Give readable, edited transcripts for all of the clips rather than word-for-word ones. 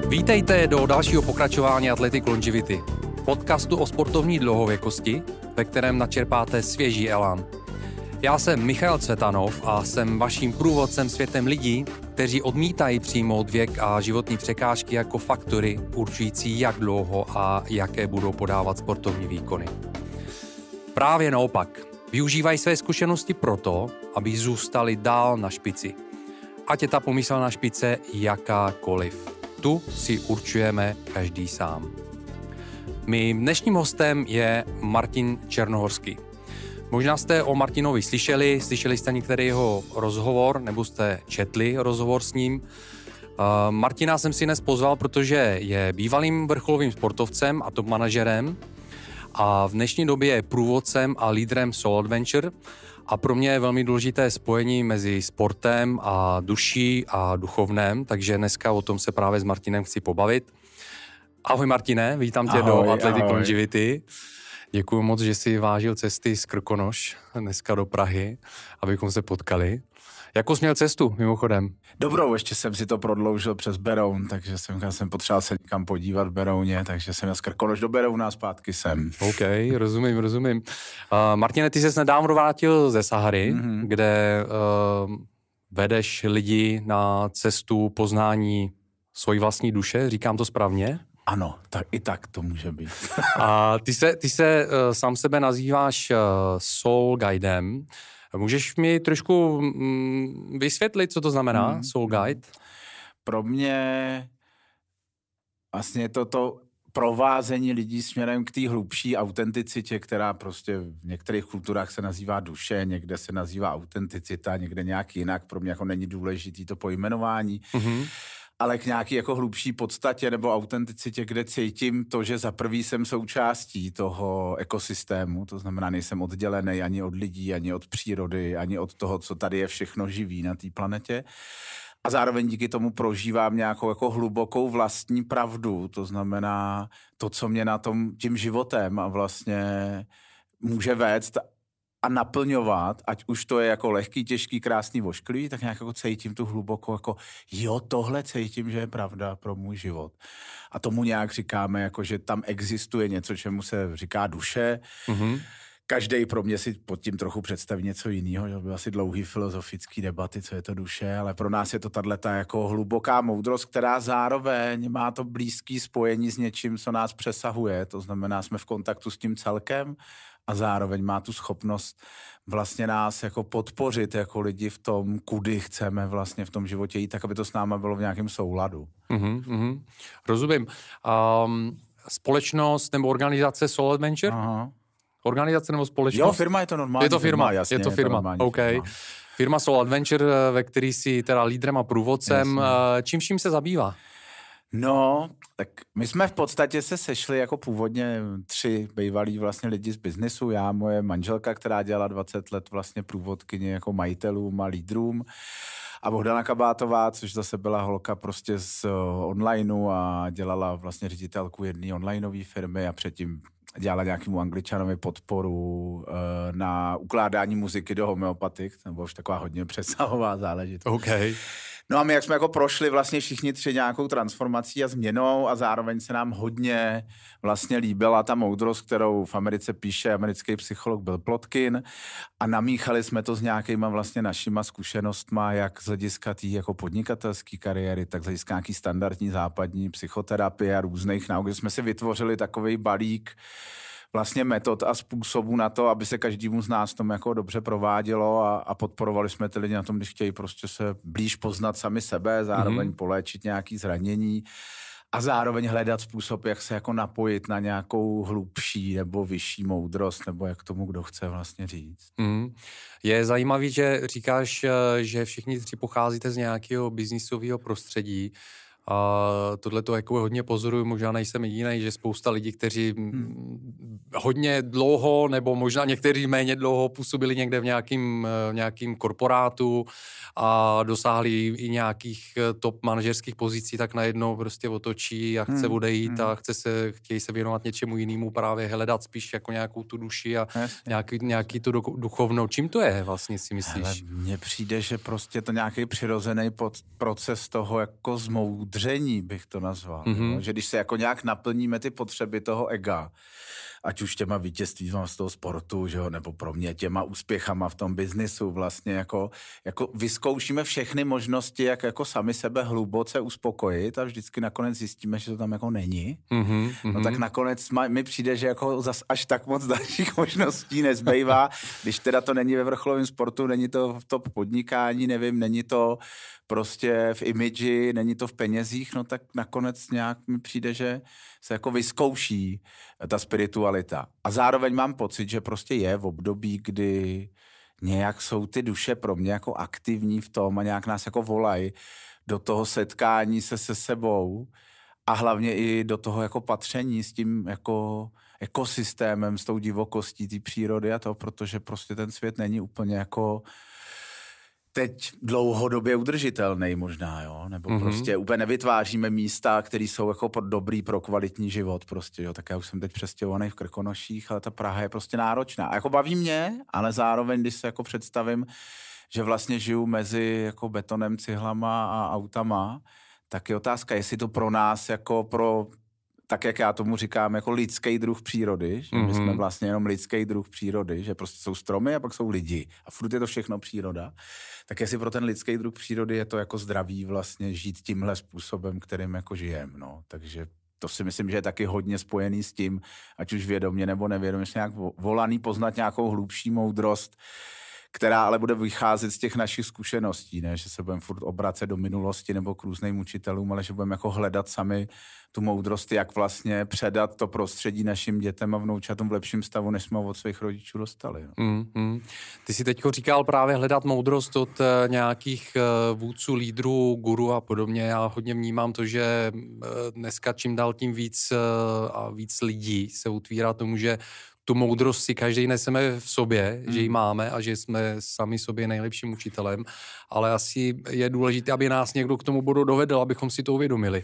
Vítejte do dalšího pokračování Athletic Longevity, podcastu o sportovní dlouhověkosti, ve kterém načerpáte svěží elán. Já jsem Michal Cvetanov a jsem vaším průvodcem světem lidí, kteří odmítají přijmout věk a životní překážky jako faktory určující, jak dlouho a jaké budou podávat sportovní výkony. Právě naopak, využívají své zkušenosti proto, aby zůstali dál na špici. Ať je ta pomyslná špice jakákoliv. Tu si určujeme každý sám. Mým dnešním hostem je Martin Černohorský. Možná jste o Martinovi slyšeli jste některý jeho rozhovor, nebo jste četli rozhovor s ním. Martina jsem si dnes pozval, protože je bývalým vrcholovým sportovcem a top manažerem a v dnešní době je průvodcem a lídrem Soul Adventure a pro mě je velmi důležité spojení mezi sportem a duší a duchovnem, takže dneska o tom se právě s Martinem chci pobavit. Ahoj Martine, vítám tě do Athletic Longevity. Děkuji moc, že jsi vážil cesty z Krkonoš dneska do Prahy, abychom se potkali. Jakou jsi měl cestu, mimochodem? Dobrou, ještě jsem si to prodloužil přes Beroun, takže jsem potřeboval se někam podívat v Berouně, takže jsem měl z Krkonoš do Berouna a zpátky sem. OK, rozumím. Martine, ty ses nedávno vrátil ze Sahary, kde vedeš lidi na cestu poznání svojí vlastní duše, říkám to správně? Ano, tak to může být. A ty se sám sebe nazýváš Soul Guidem. Můžeš mi trošku vysvětlit, co to znamená Soul Guide? Pro mě vlastně to provázení lidí směrem k té hlubší autenticitě, která prostě v některých kulturách se nazývá duše, někde se nazývá autenticita, někde nějak jinak. Pro mě jako není důležitý to pojmenování. Ale k nějaký jako hlubší podstatě nebo autenticitě, kde cítím to, že za prvý jsem součástí toho ekosystému, to znamená, nejsem oddělený ani od lidí, ani od přírody, ani od toho, co tady je všechno živý na té planetě. A zároveň díky tomu prožívám nějakou jako hlubokou vlastní pravdu, to znamená to, co mě na tom tím životem a vlastně může vést a naplňovat, ať už to je jako lehký, těžký, krásný, vošklivý, tak nějak jako cítím tu hlubokou, jako jo, tohle cítím, že je pravda pro můj život. A tomu nějak říkáme, jako že tam existuje něco, čemu se říká duše. Každej pro mě si pod tím trochu představí něco jiného, že by asi dlouhý filozofický debaty, co je to duše, ale pro nás je to tato jako hluboká moudrost, která zároveň má to blízký spojení s něčím, co nás přesahuje. To znamená, jsme v kontaktu s tím celkem a zároveň má tu schopnost vlastně nás jako podpořit jako lidi v tom, kudy chceme vlastně v tom životě jít, tak aby to s náma bylo v nějakém souladu. Rozumím. Společnost nebo organizace Soul Adventure? Aha. Organizace nebo společnost? Jo, firma je to normální. Je to firma, jasně, je to firma. OK. Firma Soul Adventure, ve který jsi teda lídrem a průvodcem. Čím se zabývá? No, tak my jsme v podstatě se sešli jako původně 3 bývalí vlastně lidi z biznesu. Já, moje manželka, která dělala 20 let vlastně průvodkyně jako majitelům a lídrům. A Bohdana Kabátová, což zase byla holka prostě z onlineu a dělala vlastně ředitelku jedné onlineové firmy a předtím dělala nějakému Angličanovi podporu na ukládání muziky do homeopatik, nebo už taková hodně přesahová záležitost. Okay. No a my, jak jsme jako prošli vlastně všichni 3 nějakou transformací a změnou a zároveň se nám hodně vlastně líbila ta moudrost, kterou v Americe píše americký psycholog Bill Plotkin a namíchali jsme to s nějakýma vlastně našima zkušenostma, jak z hlediska té jako podnikatelské kariéry, tak z hlediska nějaký standardní západní psychoterapie a různých nauk, že jsme si vytvořili takovej balík vlastně metod a způsobů na to, aby se každému z nás tom jako dobře provádělo a podporovali jsme ty lidi na tom, když chtějí prostě se blíž poznat sami sebe, zároveň poléčit nějaký zranění a zároveň hledat způsob, jak se jako napojit na nějakou hlubší nebo vyšší moudrost, nebo jak tomu kdo chce vlastně říct. Je zajímavý, že říkáš, že všichni 3 pocházíte z nějakého biznisového prostředí. A tohle to jako hodně pozoruju, možná nejsem jediný, že spousta lidí, kteří hodně dlouho, nebo možná někteří méně dlouho působili někde v nějakým korporátu a dosáhli i nějakých top manažerských pozicí, tak najednou prostě otočí a chce odejít a chtějí se věnovat něčemu jinému, právě hledat spíš jako nějakou tu duši a nějaký tu duchovnou. Čím to je vlastně, si myslíš? Mně přijde, že prostě to nějaký přirozený proces toho jako zmoudření dření bych to nazval. Jo? Že když se jako nějak naplníme ty potřeby toho ega, ať už těma vítězstvím z toho sportu, že jo, nebo pro mě těma úspěchama v tom biznisu vlastně jako vyzkoušíme všechny možnosti, jak jako sami sebe hluboce uspokojit a vždycky nakonec zjistíme, že to tam jako není. No tak nakonec mi přijde, že jako až tak moc dalších možností nezbývá, když teda to není ve vrcholovém sportu, není to v top podnikání, nevím, není to prostě v imidži, není to v penězích, no tak nakonec nějak mi přijde, že se jako vyzkouší ta spiritualita. A zároveň mám pocit, že prostě je v období, kdy nějak jsou ty duše pro mě jako aktivní v tom a nějak nás jako volají do toho setkání se sebou a hlavně i do toho jako patření s tím jako ekosystémem, s tou divokostí té přírody a to, protože prostě ten svět není úplně jako teď dlouhodobě udržitelný možná, jo, nebo prostě úplně nevytváříme místa, které jsou jako dobrý pro kvalitní život prostě, jo, tak já už jsem teď přestěhovaný v Krkonoších, ale ta Praha je prostě náročná. A jako baví mě, ale zároveň, když se jako představím, že vlastně žiju mezi jako betonem, cihlama a autama, tak je otázka, jestli to pro nás jako pro, tak jak já tomu říkám, jako lidský druh přírody, že my jsme vlastně jenom lidský druh přírody, že prostě jsou stromy a pak jsou lidi a furt je to všechno příroda, tak jestli pro ten lidský druh přírody je to jako zdravý vlastně žít tímhle způsobem, kterým jako žijem, no, takže to si myslím, že je taky hodně spojený s tím, ať už vědomě nebo nevědomě, nějak volaný poznat nějakou hlubší moudrost, která ale bude vycházet z těch našich zkušeností, ne, že se budeme furt obracet do minulosti nebo k různým učitelům, ale že budeme jako hledat sami tu moudrost, jak vlastně předat to prostředí našim dětem a vnoučatům v lepším stavu, než jsme ho od svých rodičů dostali. No. Ty si teďko říkal právě hledat moudrost od nějakých vůdců, lídrů, guru a podobně. Já hodně vnímám to, že dneska čím dál tím víc a víc lidí se utvírá tomu, že tu moudrost si každý neseme v sobě, že ji máme a že jsme sami sobě nejlepším učitelem, ale asi je důležité, aby nás někdo k tomu bodu dovedl, abychom si to uvědomili.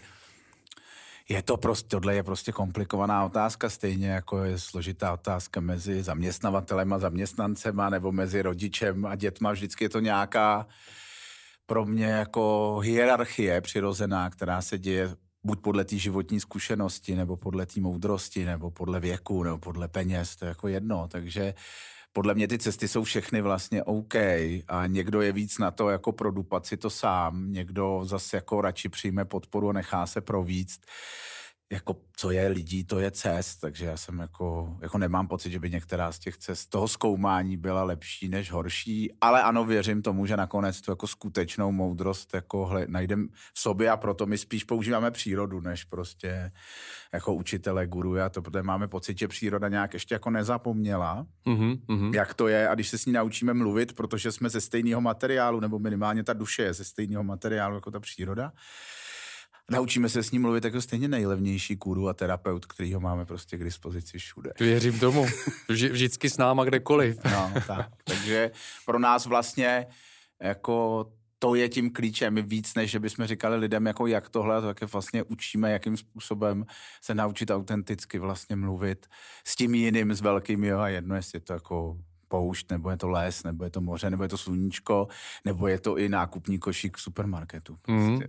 Tohle je prostě komplikovaná otázka, stejně jako je složitá otázka mezi zaměstnavatelem a zaměstnancema nebo mezi rodičem a dětma. Vždycky je to nějaká pro mě jako hierarchie přirozená, která se děje buď podle té životní zkušenosti, nebo podle té moudrosti, nebo podle věku, nebo podle peněz, to je jako jedno, takže podle mě ty cesty jsou všechny vlastně OK a někdo je víc na to jako produpat si to sám, někdo zase jako radši přijme podporu a nechá se províct. Jako co je lidí, to je cest, takže já jsem jako nemám pocit, že by některá z těch cest toho zkoumání byla lepší než horší, ale ano, věřím tomu, že nakonec tu jako skutečnou moudrost jako najdeme v sobě a proto my spíš používáme přírodu, než prostě jako učitele, guru a to, protože máme pocit, že příroda nějak ještě jako nezapomněla, jak to je a když se s ní naučíme mluvit, protože jsme ze stejného materiálu, nebo minimálně ta duše je ze stejného materiálu jako ta příroda, naučíme se s ním mluvit jako stejně nejlevnější guru a terapeut, který ho máme prostě k dispozici všude. Věřím tomu. Vždycky s náma kdekoliv. No, tak. Takže pro nás vlastně jako to je tím klíčem víc, než že bychom říkali lidem, jako jak tohle, tak je vlastně učíme, jakým způsobem se naučit autenticky vlastně mluvit s tím jiným, s velkým, jo, a jedno, jestli je to jako poušť, nebo je to les, nebo je to moře, nebo je to sluníčko, nebo je to i nákupní košík v supermarketu. Prostě.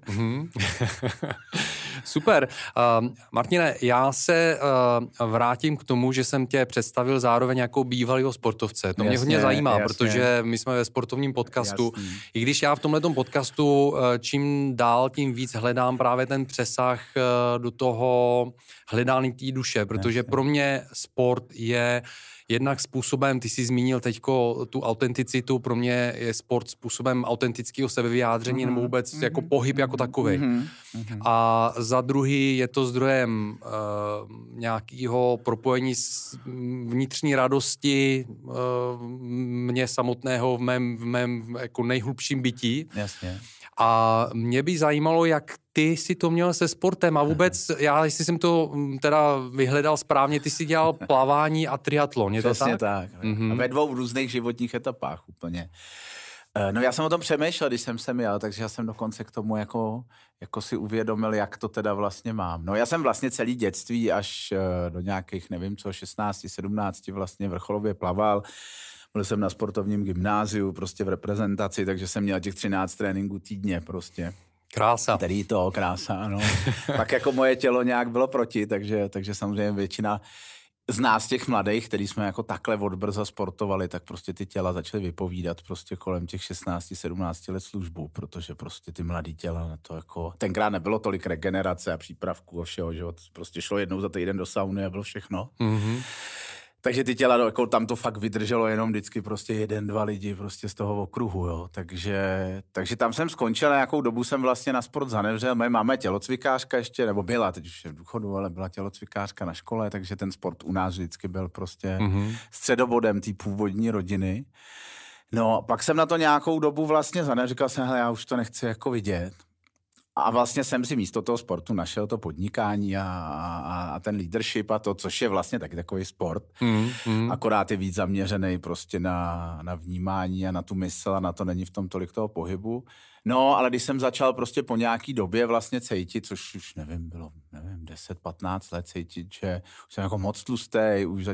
Super. Martine, já se vrátím k tomu, že jsem tě představil zároveň jako bývalýho sportovce. To mě hodně zajímá, protože my jsme ve sportovním podcastu. Jasný. I když já v tomhletom podcastu čím dál, tím víc hledám právě ten přesah do toho hledání té duše, protože pro mě sport je jednak způsobem, ty jsi zmínil teďko tu autenticitu, pro mě je sport způsobem autentického sebevyjádření nebo vůbec jako pohyb jako takový. A za druhý je to zdrojem nějakého propojení s vnitřní radosti mě samotného v mém jako nejhlubším bytí. Jasně. A mě by zajímalo, jak ty si to měl se sportem a vůbec, já jestli jsem to teda vyhledal správně, ty si dělal plavání a triatlon, je to tak? Přesně tak. A ve 2 různých životních etapách úplně. No já jsem o tom přemýšlel, když jsem sem jel, takže já jsem dokonce k tomu jako si uvědomil, jak to teda vlastně mám. No já jsem vlastně celý dětství až do nějakých, nevím co, 16, 17 vlastně vrcholově plaval. Byl jsem na sportovním gymnáziu, prostě v reprezentaci, takže jsem měl těch 13 tréninků týdně prostě. Krása. Který to, krása, ano. Tak jako moje tělo nějak bylo proti, takže samozřejmě většina z nás těch mladých, který jsme jako takhle od brza sportovali, tak prostě ty těla začaly vypovídat prostě kolem těch 16-17 let službu, protože prostě ty mladý těla na to jako, tenkrát nebylo tolik regenerace a přípravků a všeho, že jo, prostě šlo jednou za týden do sauny a bylo všechno. Mm-hmm. Takže ty těla, jako tam to fakt vydrželo jenom vždycky prostě 1-2 lidi prostě z toho okruhu, jo. Takže tam jsem skončil, a nějakou dobu jsem vlastně na sport zanevřel. Moje máma je tělocvikářka ještě, nebo byla, teď už je v důchodu, ale byla tělocvikářka na škole, takže ten sport u nás vždycky byl prostě středobodem té původní rodiny. No, pak jsem na to nějakou dobu vlastně zanevřel, říkal jsem, hele, já už to nechci jako vidět. A vlastně jsem si místo toho sportu našel to podnikání a ten leadership a to, což je vlastně taky takový sport. Akorát je víc zaměřený prostě na vnímání a na tu mysl a na to není v tom tolik toho pohybu. No, ale když jsem začal prostě po nějaký době vlastně cítit, což už bylo 10-15 let cítit, že už jsem jako moc tlustý, už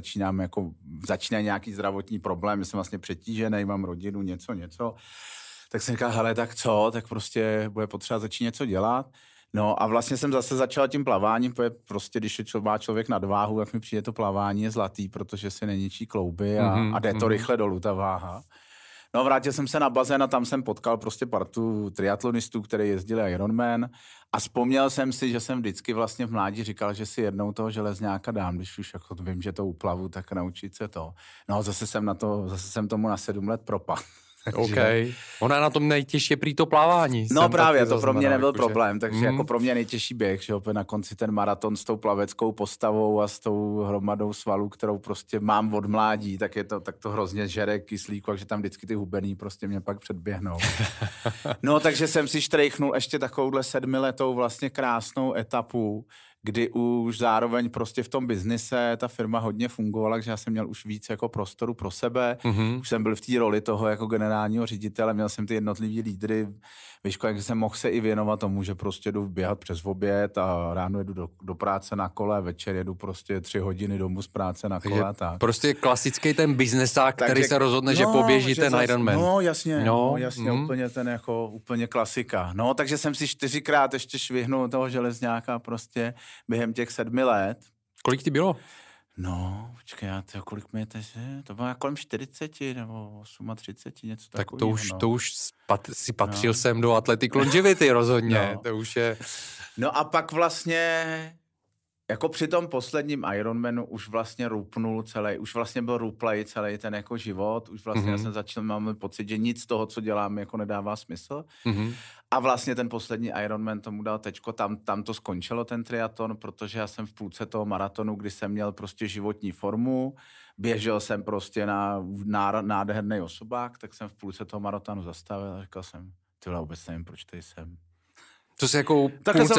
začíná nějaký zdravotní problém, jsem vlastně přetížený, mám rodinu, něco. Tak jsem říkal, hele, tak co, tak prostě bude potřeba začít něco dělat. No a vlastně jsem zase začal tím plaváním, protože prostě, když má člověk nadváhu, jak mi přijde to plavání je zlatý, protože si neničí klouby a jde to rychle dolů, ta váha. No vrátil jsem se na bazén a tam jsem potkal prostě partu triatlonistů, který jezdili Ironman a vzpomněl jsem si, že jsem vždycky vlastně v mládí říkal, že si jednou toho železňáka dám, když už jako vím, že to uplavu, tak naučit se to. No zase jsem tomu na 7 let propadl. OK. Ona je na tom nejtěžší prý to plavání. No právě, to pro mě nebyl problém, takže jako pro mě nejtěžší běh, že opět na konci ten maraton s tou plaveckou postavou a s tou hromadou svalů, kterou prostě mám od mládí, tak to hrozně žere kyslíku, takže tam vždycky ty hubený prostě mě pak předběhnou. No takže jsem si štrejchnul ještě takovouhle 7letou vlastně krásnou etapu, kdy už zároveň prostě v tom biznise ta firma hodně fungovala, takže já jsem měl už víc jako prostoru pro sebe. Už jsem byl v té roli toho jako generálního ředitele, měl jsem ty jednotlivý lídry, víš, jak jsem mohl se i věnovat tomu, že prostě jdu běhat přes oběd a ráno jedu do práce na kole, večer jedu prostě 3 hodiny domů z práce na kole a tak. Prostě klasický ten biznesák, který se rozhodne, že poběží ten Ironman. No jasně, úplně ten jako úplně klasika. No, takže jsem si 4krát ještě švihnul toho železňáka prostě během těch 7 let. Kolik ti bylo? No, počkej, kolik mi je teď? To bylo kolem 40 nebo 38, něco takového. Tak to už si patřil sem do Athletic Longevity rozhodně. No. To už je... No a pak vlastně, jako při tom posledním Ironmanu už vlastně rupnul už vlastně byl ruplej celý ten jako život, už vlastně já jsem začal, mám pocit, že nic z toho, co dělám, jako nedává smysl. A vlastně ten poslední Ironman tomu dal tečko, tam to skončilo ten triatlon, protože já jsem v půlce toho maratonu, kdy jsem měl prostě životní formu, běžel jsem prostě na nádherný osobák, tak jsem v půlce toho maratonu zastavil a říkal jsem, tyhle vůbec nevím, proč tady jsem. To se jako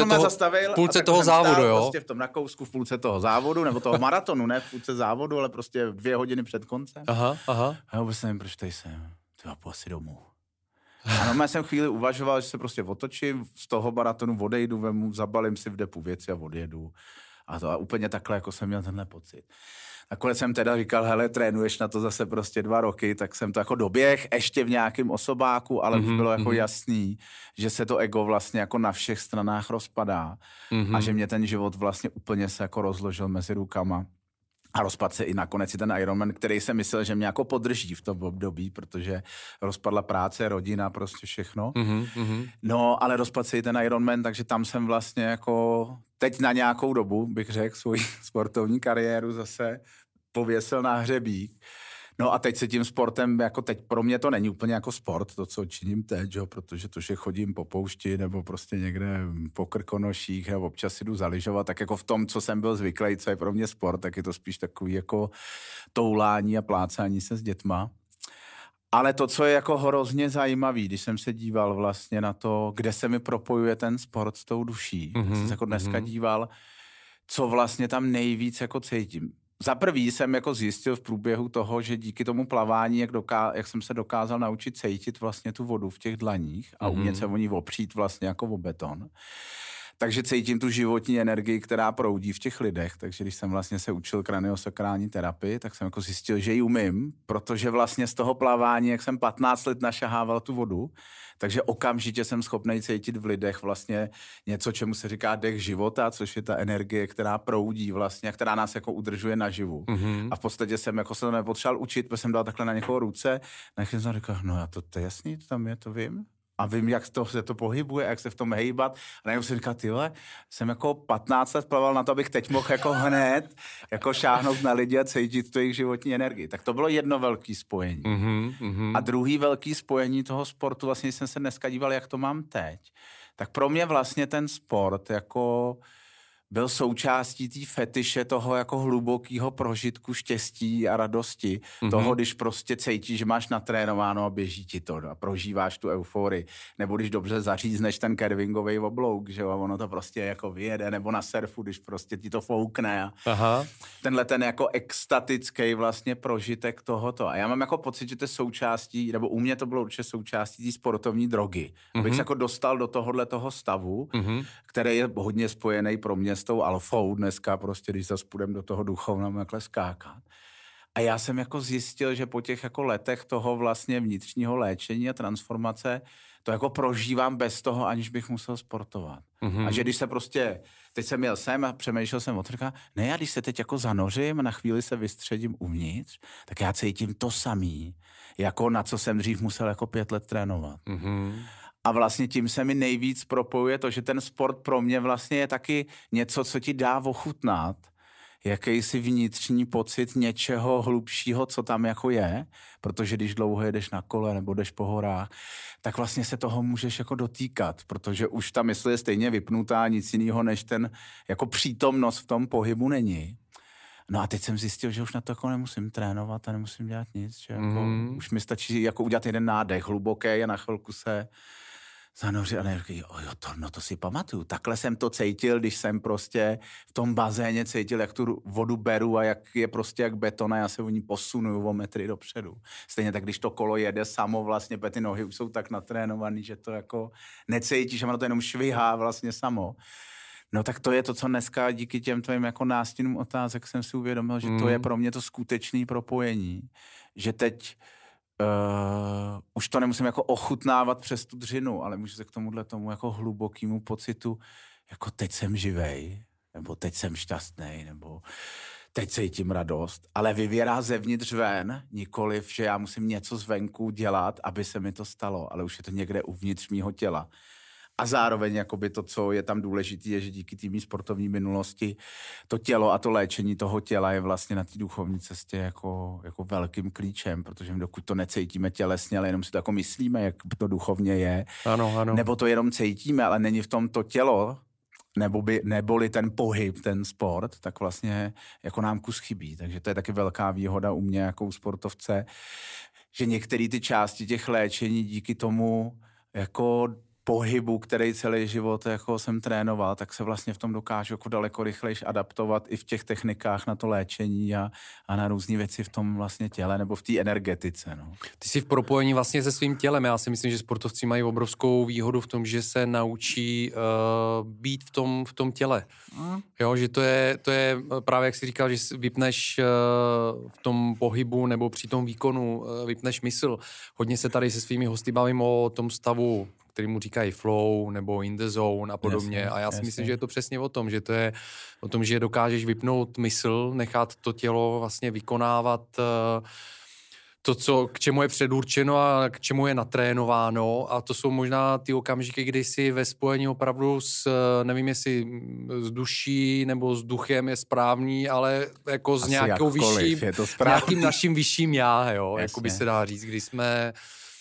v půlce toho závodu, jo? Prostě v tom nakousku v půlce toho závodu, nebo toho maratonu, ne v půlce závodu, ale prostě 2 hodiny před koncem. Aha. A já vůbec nevím, proč tady jsem. Tyhle, půjdu asi domů. A já jsem chvíli uvažoval, že se prostě otočím, z toho maratonu odejdu, zabalím si v depu věci a odjedu. A úplně takhle, jako jsem měl tenhle pocit. Nakonec jsem teda říkal, hele, trénuješ na to zase prostě 2 roky, tak jsem to jako doběh ještě v nějakém osobáku, ale už bylo jako jasný, že se to ego vlastně jako na všech stranách rozpadá a že mě ten život vlastně úplně se jako rozložil mezi rukama. A rozpadl se i nakonec i ten Ironman, který jsem myslel, že mě jako podrží v tom období, protože rozpadla práce, rodina, prostě všechno. No, ale rozpadl se i ten Ironman, takže tam jsem vlastně jako teď na nějakou dobu, bych řekl, svoji sportovní kariéru zase pověsil na hřebík. No a teď se tím sportem, jako teď pro mě to není úplně jako sport, to, co činím teď, jo, protože to, že chodím po poušti nebo prostě někde po Krkonoších a občas si jdu zaližovat, tak jako v tom, co jsem byl zvyklý, co je pro mě sport, tak je to spíš takový jako toulání a plácání se s dětma. Ale to, co je jako hrozně zajímavý, když jsem se díval vlastně na to, kde se mi propojuje ten sport s tou duší, tak jsem se jako dneska díval, co vlastně tam nejvíc jako cítím. Za prvý jsem jako zjistil v průběhu toho, že díky tomu plavání, jak jsem se dokázal naučit cítit vlastně tu vodu v těch dlaních a umět se o ní opřít vlastně jako o beton, Takže cítím tu životní energii, která proudí v těch lidech. Takže když jsem vlastně se učil kraniosakrální terapii, tak jsem jako zjistil, že ji umím, protože vlastně z toho plavání, jak jsem 15 let našahával tu vodu, takže okamžitě jsem schopný cítit v lidech vlastně něco, čemu se říká dech života, což je ta energie, která proudí vlastně, která nás jako udržuje naživu. Mm-hmm. A v podstatě jsem jako se to nepotřeboval učit, protože jsem dal takhle na někoho ruce, na chvíli jsem říkal, no to je jasný, to tam je, to vím. A vím, jak se to pohybuje, jak se v tom hejbat. A najednou jsem říkal, tyhle, jsem jako 15 let plaval na to, abych teď mohl jako hned jako šáhnout na lidi a cítit tu jejich životní energii. Tak to bylo jedno velké spojení. A druhý velký spojení toho sportu, vlastně když jsem se dneska díval, jak to mám teď, tak pro mě vlastně ten sport jako byl součástí té fetiše toho jako hlubokého prožitku štěstí a radosti. Toho, když prostě cítíš, že máš natrénováno a běží ti to a prožíváš tu euforii. Nebo když dobře zařízneš ten curvingový oblouk, že jo, ono to prostě jako vyjede, nebo na surfu, když prostě ti to foukne. A tenhle ten jako extatický vlastně prožitek tohoto. A já mám jako pocit, že to je součástí, nebo u mě to bylo určitě součástí té sportovní drogy. Abych se jako dostal do tohohle toho stavu, který je hodně spojený pro mě s tou alfou dneska, prostě když zase půjdem do toho duchovna takhle skákat. A já jsem jako zjistil, že po těch jako letech toho vlastně vnitřního léčení a transformace to jako prožívám bez toho, aniž bych musel sportovat. A že když se prostě, teď jsem jel sem a přemýšlel jsem o trka, ne, já když se teď jako zanořím a na chvíli se vystředím uvnitř, tak já cítím to samý, jako na co jsem dřív musel jako 5 let trénovat. A vlastně tím se mi nejvíc propojuje to, že ten sport pro mě vlastně je taky něco, co ti dá ochutnat, jakýsi vnitřní pocit něčeho hlubšího, co tam jako je, protože když dlouho jedeš na kole nebo jdeš po horách, tak vlastně se toho můžeš jako dotýkat, protože už ta mysl je stejně vypnutá, nic jiného než ten jako přítomnost v tom pohybu není. No a teď jsem zjistil, že už na to jako nemusím trénovat a nemusím dělat nic, že jako už mi stačí jako udělat jeden nádech hluboký a na chvilku se zanořit a neříkají, to si pamatuju. Takhle jsem to cítil, když jsem prostě v tom bazéně cítil, jak tu vodu beru a jak je prostě jak beton a já se o ní posunuju o metry dopředu. Stejně tak, když to kolo jede samo vlastně, ty nohy už jsou tak natrénovaný, že to jako necítíš a ono to jenom švihá vlastně samo. No tak to je to, co dneska díky těm tvým jako nástěnům otázek jsem si uvědomil, že to je pro mě to skutečné propojení. Že teď už to nemusím jako ochutnávat přes tu dřinu, ale můžu se k tomu jako hlubokému pocitu, jako teď jsem živej, nebo teď jsem šťastný, nebo teď cítím radost, ale vyvěrá zevnitř ven, nikoliv, že já musím něco zvenku dělat, aby se mi to stalo, ale už je to někde uvnitř mýho těla. A zároveň jakoby to, co je tam důležité, je, že díky té mý sportovní minulosti to tělo a to léčení toho těla je vlastně na té duchovní cestě jako velkým klíčem, protože dokud to necítíme tělesně, ale jenom si to jako myslíme, jak to duchovně je, ano. Nebo to jenom cítíme, ale není v tom to tělo, neboli ten pohyb, ten sport, tak vlastně jako nám kus chybí. Takže to je taky velká výhoda u mě jako u sportovce, že některé ty části těch léčení díky tomu jako pohybu, který celý život jako jsem trénoval, tak se vlastně v tom dokážu jako daleko rychlejš adaptovat i v těch technikách na to léčení a na různé věci v tom vlastně těle nebo v té energetice. No. Ty jsi v propojení vlastně se svým tělem. Já si myslím, že sportovci mají obrovskou výhodu v tom, že se naučí být v tom těle. Jo, že to je právě, jak jsi říkal, že vypneš v tom pohybu nebo při tom výkonu vypneš mysl. Hodně se tady se svými hosty bavím o tom stavu, který mu říkají flow nebo in the zone a podobně. Jasně, a já si myslím, že je to přesně o tom, že to je o tom, že dokážeš vypnout mysl, nechat to tělo vlastně vykonávat to, k čemu je předurčeno a k čemu je natrénováno, a to jsou možná ty okamžiky, kdy jsi ve spojení opravdu nevím, jestli s duší nebo s duchem je správný, ale jako s nějakým naším vyšším já, jo, jako by se dá říct, kdy jsme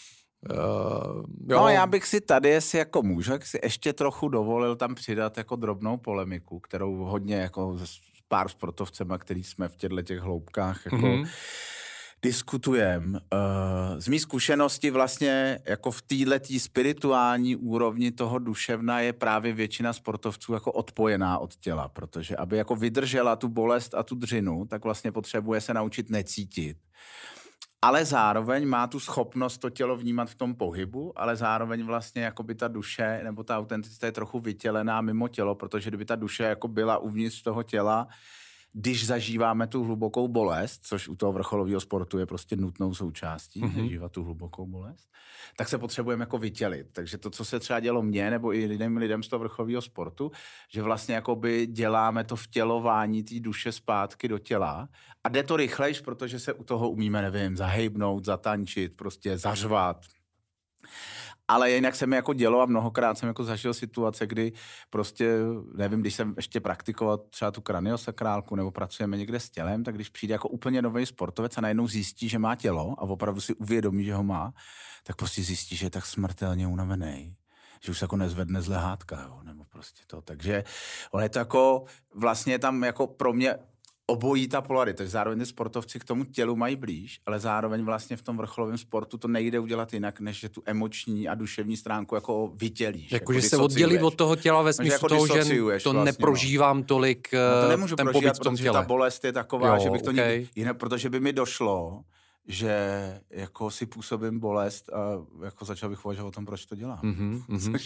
No, já bych si tady, jestli jako můžu, jak si ještě trochu dovolil tam přidat jako drobnou polemiku, kterou hodně jako s pár sportovcema, který jsme v těch hloubkách jako diskutujeme. Z mý zkušenosti vlastně jako v této spirituální úrovni toho duševna je právě většina sportovců jako odpojená od těla, protože aby jako vydržela tu bolest a tu dřinu, tak vlastně potřebuje se naučit necítit. ale zároveň má tu schopnost to tělo vnímat v tom pohybu, ale zároveň vlastně jakoby ta duše nebo ta autenticita je trochu vytělená mimo tělo, protože kdyby ta duše jako byla uvnitř toho těla, když zažíváme tu hlubokou bolest, což u toho vrcholového sportu je prostě nutnou součástí, zažívat tu hlubokou bolest, tak se potřebujeme jako vytělit. Takže to, co se třeba dělo mně nebo i lidem z toho vrcholového sportu, že vlastně jakoby děláme to vtělování té duše zpátky do těla a jde to rychlejš, protože se u toho umíme, nevím, zahejbnout, zatančit, prostě zařvat. Ale jinak se mi jako dělo a mnohokrát jsem jako zažil situace, kdy prostě, nevím, když jsem ještě praktikoval třeba tu kraniosakrálku nebo pracujeme někde s tělem, tak když přijde jako úplně nový sportovec a najednou zjistí, že má tělo a opravdu si uvědomí, že ho má, tak prostě zjistí, že je tak smrtelně unavený, že už se jako nezvedne z lehátka, jo, nebo prostě to. Takže on je to jako, vlastně tam jako pro mě obojí ta polarita, takže zároveň ty sportovci k tomu tělu mají blíž, ale zároveň vlastně v tom vrcholovém sportu to nejde udělat jinak, než že tu emoční a duševní stránku jako vytělíš. Jako že se oddělit od toho těla ve smyslu jako toho, že to vlastně, neprožívám tolik to nemůžu ten prožívat, pobyt v tom protože těle. ta bolest je taková, Jo, že bych to okay. nikdy, jinak, protože by mi došlo, že jako si působím bolest a jako začal bych uvažovat o tom, proč to dělám.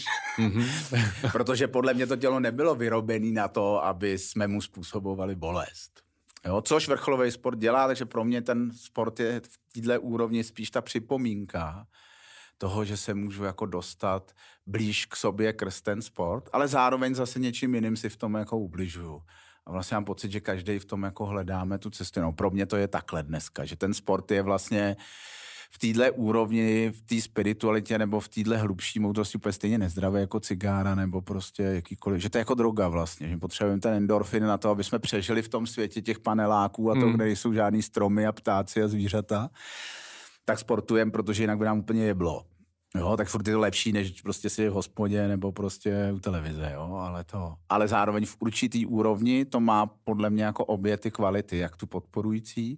Protože podle mě to tělo nebylo vyrobené na to, aby jsme mu způsobovali bolest. Jo, což vrcholový sport dělá, takže pro mě ten sport je v této úrovni spíš ta připomínka toho, že se můžu jako dostat blíž k sobě krz ten sport, ale zároveň zase něčím jiným si v tom jako ubližuju. A vlastně mám pocit, že každý v tom jako hledáme tu cestu. No, pro mě to je takhle dneska, že ten sport je vlastně v téhle úrovni, v té spiritualitě nebo v téhle hlubší moudrosti úplně stejně nezdravé jako cigára nebo prostě jakýkoliv, že to je jako droga vlastně, že potřebujeme ten endorfin na to, aby jsme přežili v tom světě těch paneláků a to, kde nejsou žádný stromy a ptáci a zvířata, tak sportujeme, protože jinak by nám úplně jeblo. Jo, tak furt je to lepší, než prostě si v hospodě nebo prostě u televize, jo, ale zároveň v určitý úrovni to má podle mě jako obě ty kvality, jak tu podporující,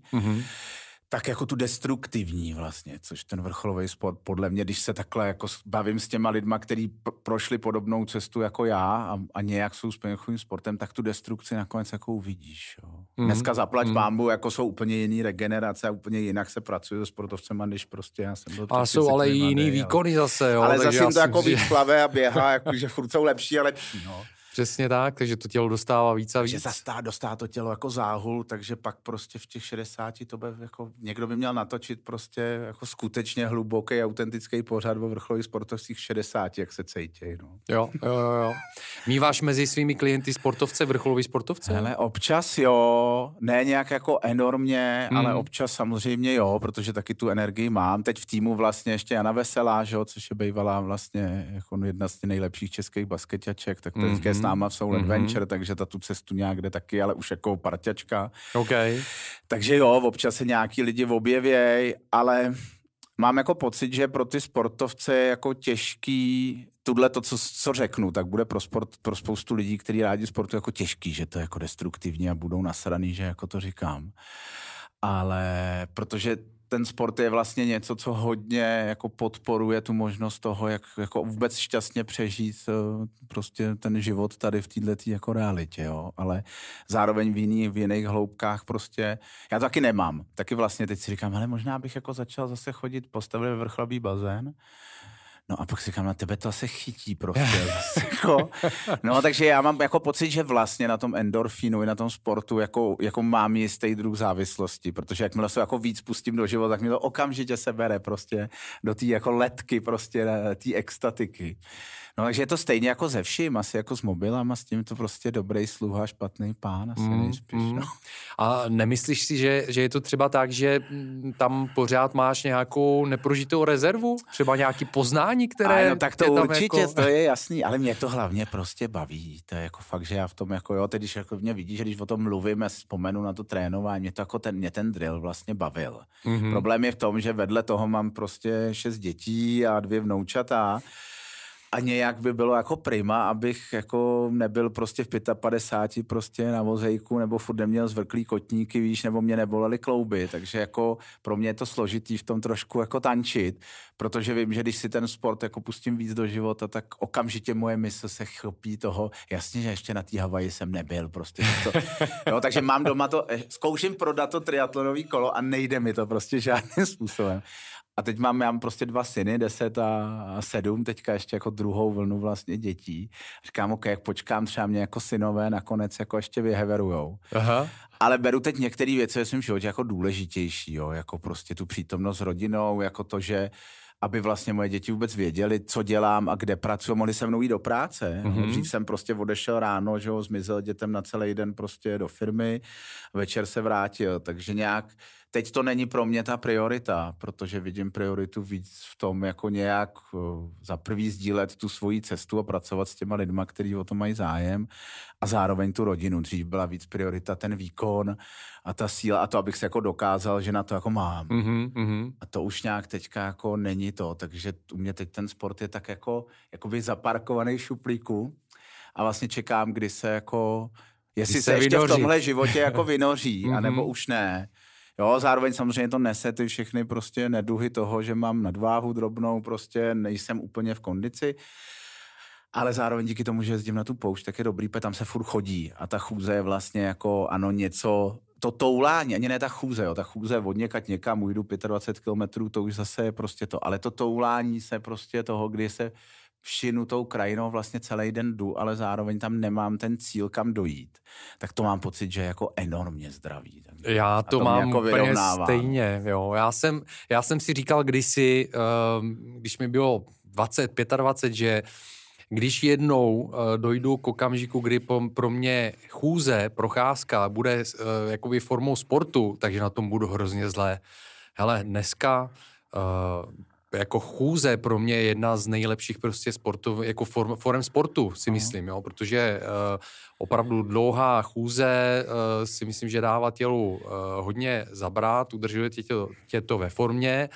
tak jako tu destruktivní vlastně, což ten vrcholový sport podle mě, když se takhle jako bavím s těma lidma, kteří prošli podobnou cestu jako já a nějak jsou s vrcholovým sportem, tak tu destrukci nakonec jako uvidíš. Jo. Dneska zaplať pánbu, jako jsou úplně jiný regenerace a úplně jinak se pracuje se sportovcem, když prostě já jsem byl. A jsou ale i jiný výkony zase, jo. Ale zase jim to jako víc plave a běhá, jakože furt jsou lepší a lepší, no. Přesně tak, takže to tělo dostává víc a víc. Takže dostává to tělo jako záhul, takže pak prostě v těch 60 to by jako někdo by měl natočit prostě jako skutečně hluboký, autentický pořad o vrcholových sportovcích 60, jak se cítějí, no. Jo. Míváš mezi svými klienty sportovce, vrcholový sportovce? Hele, občas jo, ne nějak jako enormně, ale občas samozřejmě jo, protože taky tu energii mám. Teď v týmu vlastně ještě Jana Veselá, že jo, což je bývalá vlastně jako jedna z těch nejlepších českých basketaček, tak to je s náma v Soul Adventure, takže ta tu cestu nějak jde taky, ale už jako parťačka. Okay. Takže jo, občas se nějaký lidi objevěj, ale mám jako pocit, že pro ty sportovce je jako těžký, tohle to, co řeknu, tak bude pro spoustu lidí, kteří rádi sportu, jako těžký, že to je jako destruktivní a budou nasraný, že jako to říkám. Ale protože ten sport je vlastně něco, co hodně jako podporuje tu možnost toho, jak jako vůbec šťastně přežít prostě ten život tady v této jako realitě, jo. Ale zároveň v jiných hloubkách prostě, já to taky nemám. Taky vlastně teď si říkám, ale možná bych jako začal zase chodit, postavit vrcholový bazén. No a pak si říkám, na tebe to asi chytí prostě. Jako. No takže já mám jako pocit, že vlastně na tom endorfínu i na tom sportu jako mám jistý druh závislosti, protože jakmile se jako víc pustím do života, tak mi to okamžitě se bere prostě do té jako letky prostě, té extatiky. No takže je to stejně jako ze vším, asi jako s mobilem a s tím to prostě dobrý sluha, špatný pán, asi nejspíš. No. A nemyslíš si, že je to třeba tak, že tam pořád máš nějakou neprožitou rezervu? Třeba nějaký poznání, které... No tak to určitě, jako... to je jasný, ale mě to hlavně prostě baví. To je jako fakt, že já v tom jako jo, teď když jako mě vidíš, že když o tom mluvím a vzpomenu na to trénování, mě to jako mě ten drill vlastně bavil. Problém je v tom, že vedle toho mám prostě 6 dětí a 2 vnoučata. A nějak by bylo jako prima, abych jako nebyl prostě v 55 prostě na vozejku, nebo furt neměl zvrklý kotníky, víš, nebo mě nebolely klouby, takže jako pro mě je to složitý v tom trošku jako tančit, protože vím, že když si ten sport jako pustím víc do života, tak okamžitě moje mysl se chopí toho, jasně, že ještě na té Havaji jsem nebyl prostě. No, takže mám doma to, zkouším prodat to triatlonový kolo a nejde mi to prostě žádným způsobem. A teď mám prostě 2 syny, 10 a 7, teďka ještě jako druhou vlnu vlastně dětí. Říkám, ok, jak počkám, třeba mě jako synové nakonec jako ještě vyheverujou. Aha. Ale beru teď některé věci ve svém životě jako důležitější, jo, jako prostě tu přítomnost s rodinou, jako to, že aby vlastně moje děti vůbec věděli, co dělám a kde pracuji, mohli se mnou jít do práce. Dřív jsem prostě odešel ráno, že ho zmizel dětem na celý den prostě do firmy, večer se vrátil, takže nějak teď to není pro mě ta priorita, protože vidím prioritu víc v tom, jako nějak za prvý sdílet tu svoji cestu a pracovat s těma lidma, kteří o to mají zájem a zároveň tu rodinu. Dřív byla víc priorita ten výkon a ta síla a to, abych se jako dokázal, že na to jako mám. A to už nějak teďka jako není to, takže u mě teď ten sport je tak jako by zaparkovaný v šuplíku a vlastně čekám, kdy se jako, jestli se ještě v tomhle životě jako vynoří, anebo už ne. Jo, zároveň samozřejmě to nese ty všechny prostě neduhy toho, že mám nadváhu drobnou, prostě nejsem úplně v kondici, ale zároveň díky tomu, že jezdím na tu poušť, tak je dobrý, protože tam se furt chodí a ta chůze je vlastně jako ano něco, to toulání, ani ne ta chůze, jo, ta chůze od někud někam ujdu 25 kilometrů, to už zase je prostě to, ale to toulání se prostě toho, kdy se všinu tou krajinou vlastně celý den jdu, ale zároveň tam nemám ten cíl, kam dojít, tak to mám pocit, že je jako enormně zdravý. Já to mám jako úplně stejně, jo. Já jsem si říkal kdysi, když mi bylo 25, že když jednou dojdu k okamžiku, kdy pro mě chůze, procházka bude jakoby formou sportu, takže na tom budu hrozně zlé. Hele, dneska jako chůze pro mě je jedna z nejlepších prostě sportů, jako forem sportu si myslím, jo, protože opravdu dlouhá chůze si myslím, že dává tělu hodně zabrat, udržuje tě to ve formě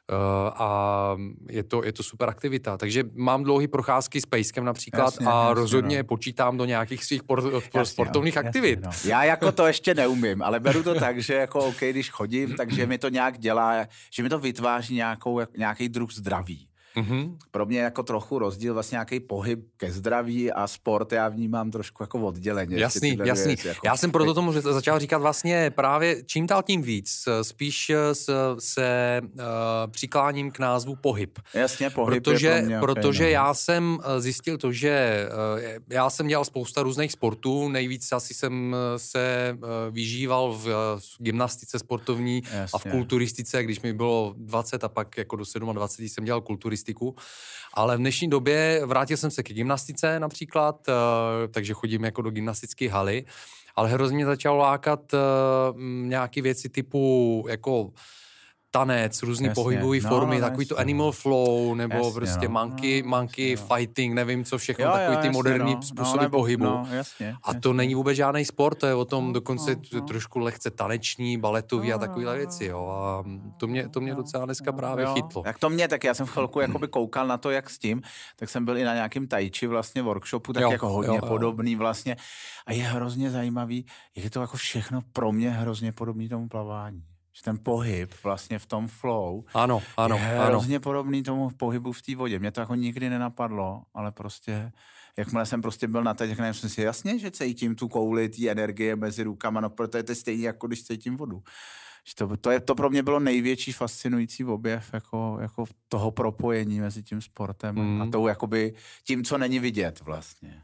a je to super aktivita. Takže mám dlouhý procházky s pejskem například a rozhodně počítám do nějakých svých sportovních aktivit. No. Já jako to ještě neumím, ale beru to tak, že jako OK, když chodím, takže mi to nějak dělá, že mi to vytváří nějaký druh zdraví. Pro mě jako trochu rozdíl vlastně nějaký pohyb ke zdraví a sport já vnímám trošku jako odděleně. Jasný. Jako já jsem proto tomu začal říkat vlastně právě čím dál tím víc, spíš se přikláním k názvu pohyb. Jasně, pohyb protože já jsem zjistil to, že já jsem dělal spousta různých sportů, nejvíc asi jsem se vyžíval v gymnastice sportovní a v kulturistice, když mi bylo 20 a pak jako do 27 jsem dělal kulturistiku. Ale v dnešní době vrátil jsem se k gymnastice například, takže chodím jako do gymnastické haly, ale hrozně mě začalo lákat nějaké věci typu jako tanec, různý pohybové formy, takový to animal flow, nebo prostě monkey fighting, nevím co všechno, takový ty moderní způsoby pohybu. A to není vůbec žádný sport, to je o tom dokonce trošku lehce taneční, baletový a takovéhle věci, jo. A to mě docela dneska právě chytlo. Tak já jsem v chvilku jakoby koukal na to, jak s tím, tak jsem byl i na nějakým tai chi vlastně workshopu, tak jako hodně podobný vlastně. A je hrozně zajímavý, jak je to jako všechno pro mě hrozně podobný tomu plavání. Že ten pohyb vlastně v tom flow je hrozně podobný tomu pohybu v té vodě. Mě to jako nikdy nenapadlo, ale prostě, jakmile jsem prostě byl na teď, tak jsem si jasně, že cítím tu kouli, té energie mezi rukama, no protože to je stejně, jako když cítím vodu. To pro mě bylo největší fascinující objev jako toho propojení mezi tím sportem a tou jakoby tím, co není vidět vlastně.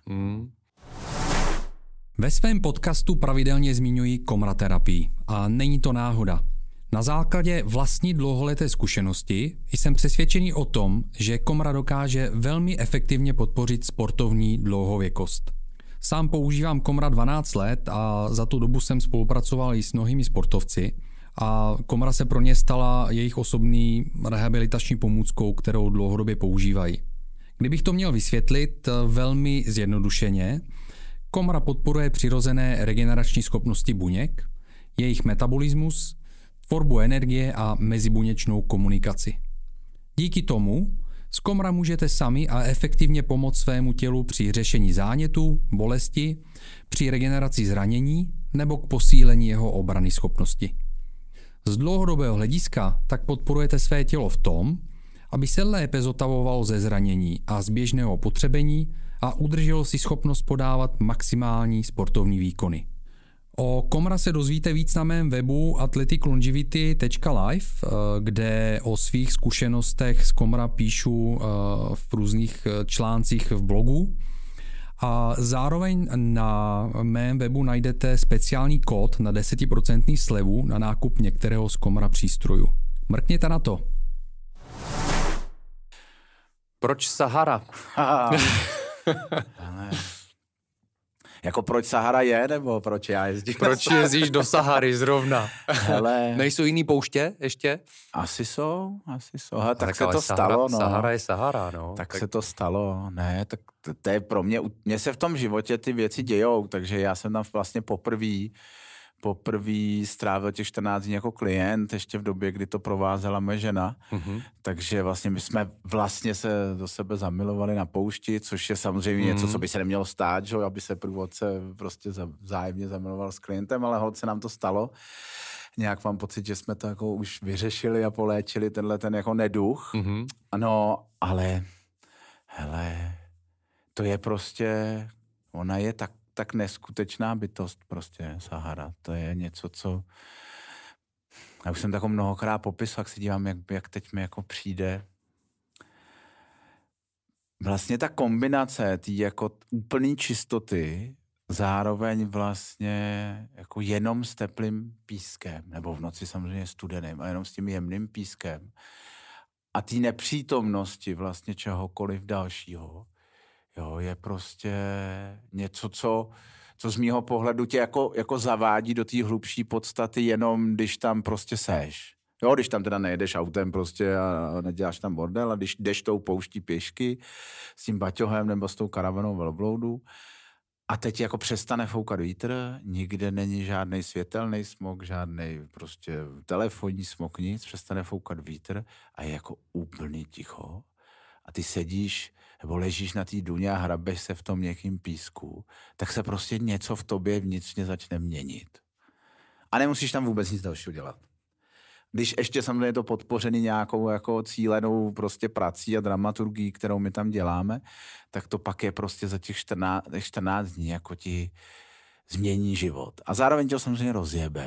Ve svém podcastu pravidelně zmiňuji komraterapii a není to náhoda. Na základě vlastní dlouholeté zkušenosti jsem přesvědčený o tom, že komra dokáže velmi efektivně podpořit sportovní dlouhověkost. Sám používám komra 12 let a za tu dobu jsem spolupracoval i s mnohými sportovci a komra se pro ně stala jejich osobní rehabilitační pomůckou, kterou dlouhodobě používají. Kdybych to měl vysvětlit velmi zjednodušeně, komra podporuje přirozené regenerační schopnosti buněk, jejich metabolismus, tvorbu energie a mezibuněčnou komunikaci. Díky tomu Z Komra můžete sami a efektivně pomoct svému tělu při řešení zánětu, bolesti, při regeneraci zranění nebo k posílení jeho obrany schopnosti. Z dlouhodobého hlediska tak podporujete své tělo v tom, aby se lépe zotavovalo ze zranění a z běžného potřebení a udrželo si schopnost podávat maximální sportovní výkony. O Komra se dozvíte víc na mém webu athleticlongevity.live, kde o svých zkušenostech z Komra píšu v různých článcích v blogu. A zároveň na mém webu najdete speciální kód na 10% slevu na nákup některého z Komra přístrojů. Mrkněte na to. Proč Sahara? Jako proč Sahara je, nebo proč já jezdím? Proč jezdíš do Sahary zrovna? Hele, Nejsou jiný pouště ještě? Asi jsou. Hele, tak se to stalo, no. Sahara je Sahara, no. Tak se to stalo, ne, tak to je pro mě se v tom životě ty věci dějou, takže já jsem tam vlastně poprvé strávil těch 14 dní jako klient, ještě v době, kdy to provázela moje žena. Mm-hmm. Takže vlastně my jsme vlastně se do sebe zamilovali na poušti, což je samozřejmě něco, co by se nemělo stát, že? Aby se průvodce prostě vzájemně zamiloval s klientem, ale holt se nám to stalo. Nějak mám pocit, že jsme to jako už vyřešili a poléčili tenhle ten jako neduch. Mm-hmm. No, ale hele, to je prostě, ona je tak neskutečná bytost prostě Sahara. To je něco, co já už jsem tako mnohokrát popisoval, jak se dívám, jak teď mi jako přijde. Vlastně ta kombinace té jako úplný čistoty zároveň vlastně jako jenom s teplým pískem, nebo v noci samozřejmě studeným, a jenom s tím jemným pískem a té nepřítomnosti vlastně čehokoliv dalšího, jo, je prostě něco, co z mýho pohledu tě jako zavádí do té hlubší podstaty jenom, když tam prostě seš. Jo, když tam teda nejedeš autem prostě a neděláš tam bordel, a když jdeš tou pouští pěšky s tím baťohem nebo s tou karavanou velbloudu a teď jako přestane foukat vítr, nikde není žádný světelný smog, žádný prostě telefonní smog, nic, přestane foukat vítr a je jako úplný ticho a ty sedíš nebo ležíš na té duně a hrabeš se v tom měkkým písku, tak se prostě něco v tobě vnitřně začne měnit. A nemusíš tam vůbec nic dalšího dělat. Když ještě samozřejmě je to podpořený nějakou jako cílenou prostě prací a dramaturgií, kterou my tam děláme, tak to pak je prostě za těch 14 dní jako ti změní život. A zároveň tě samozřejmě rozjebe,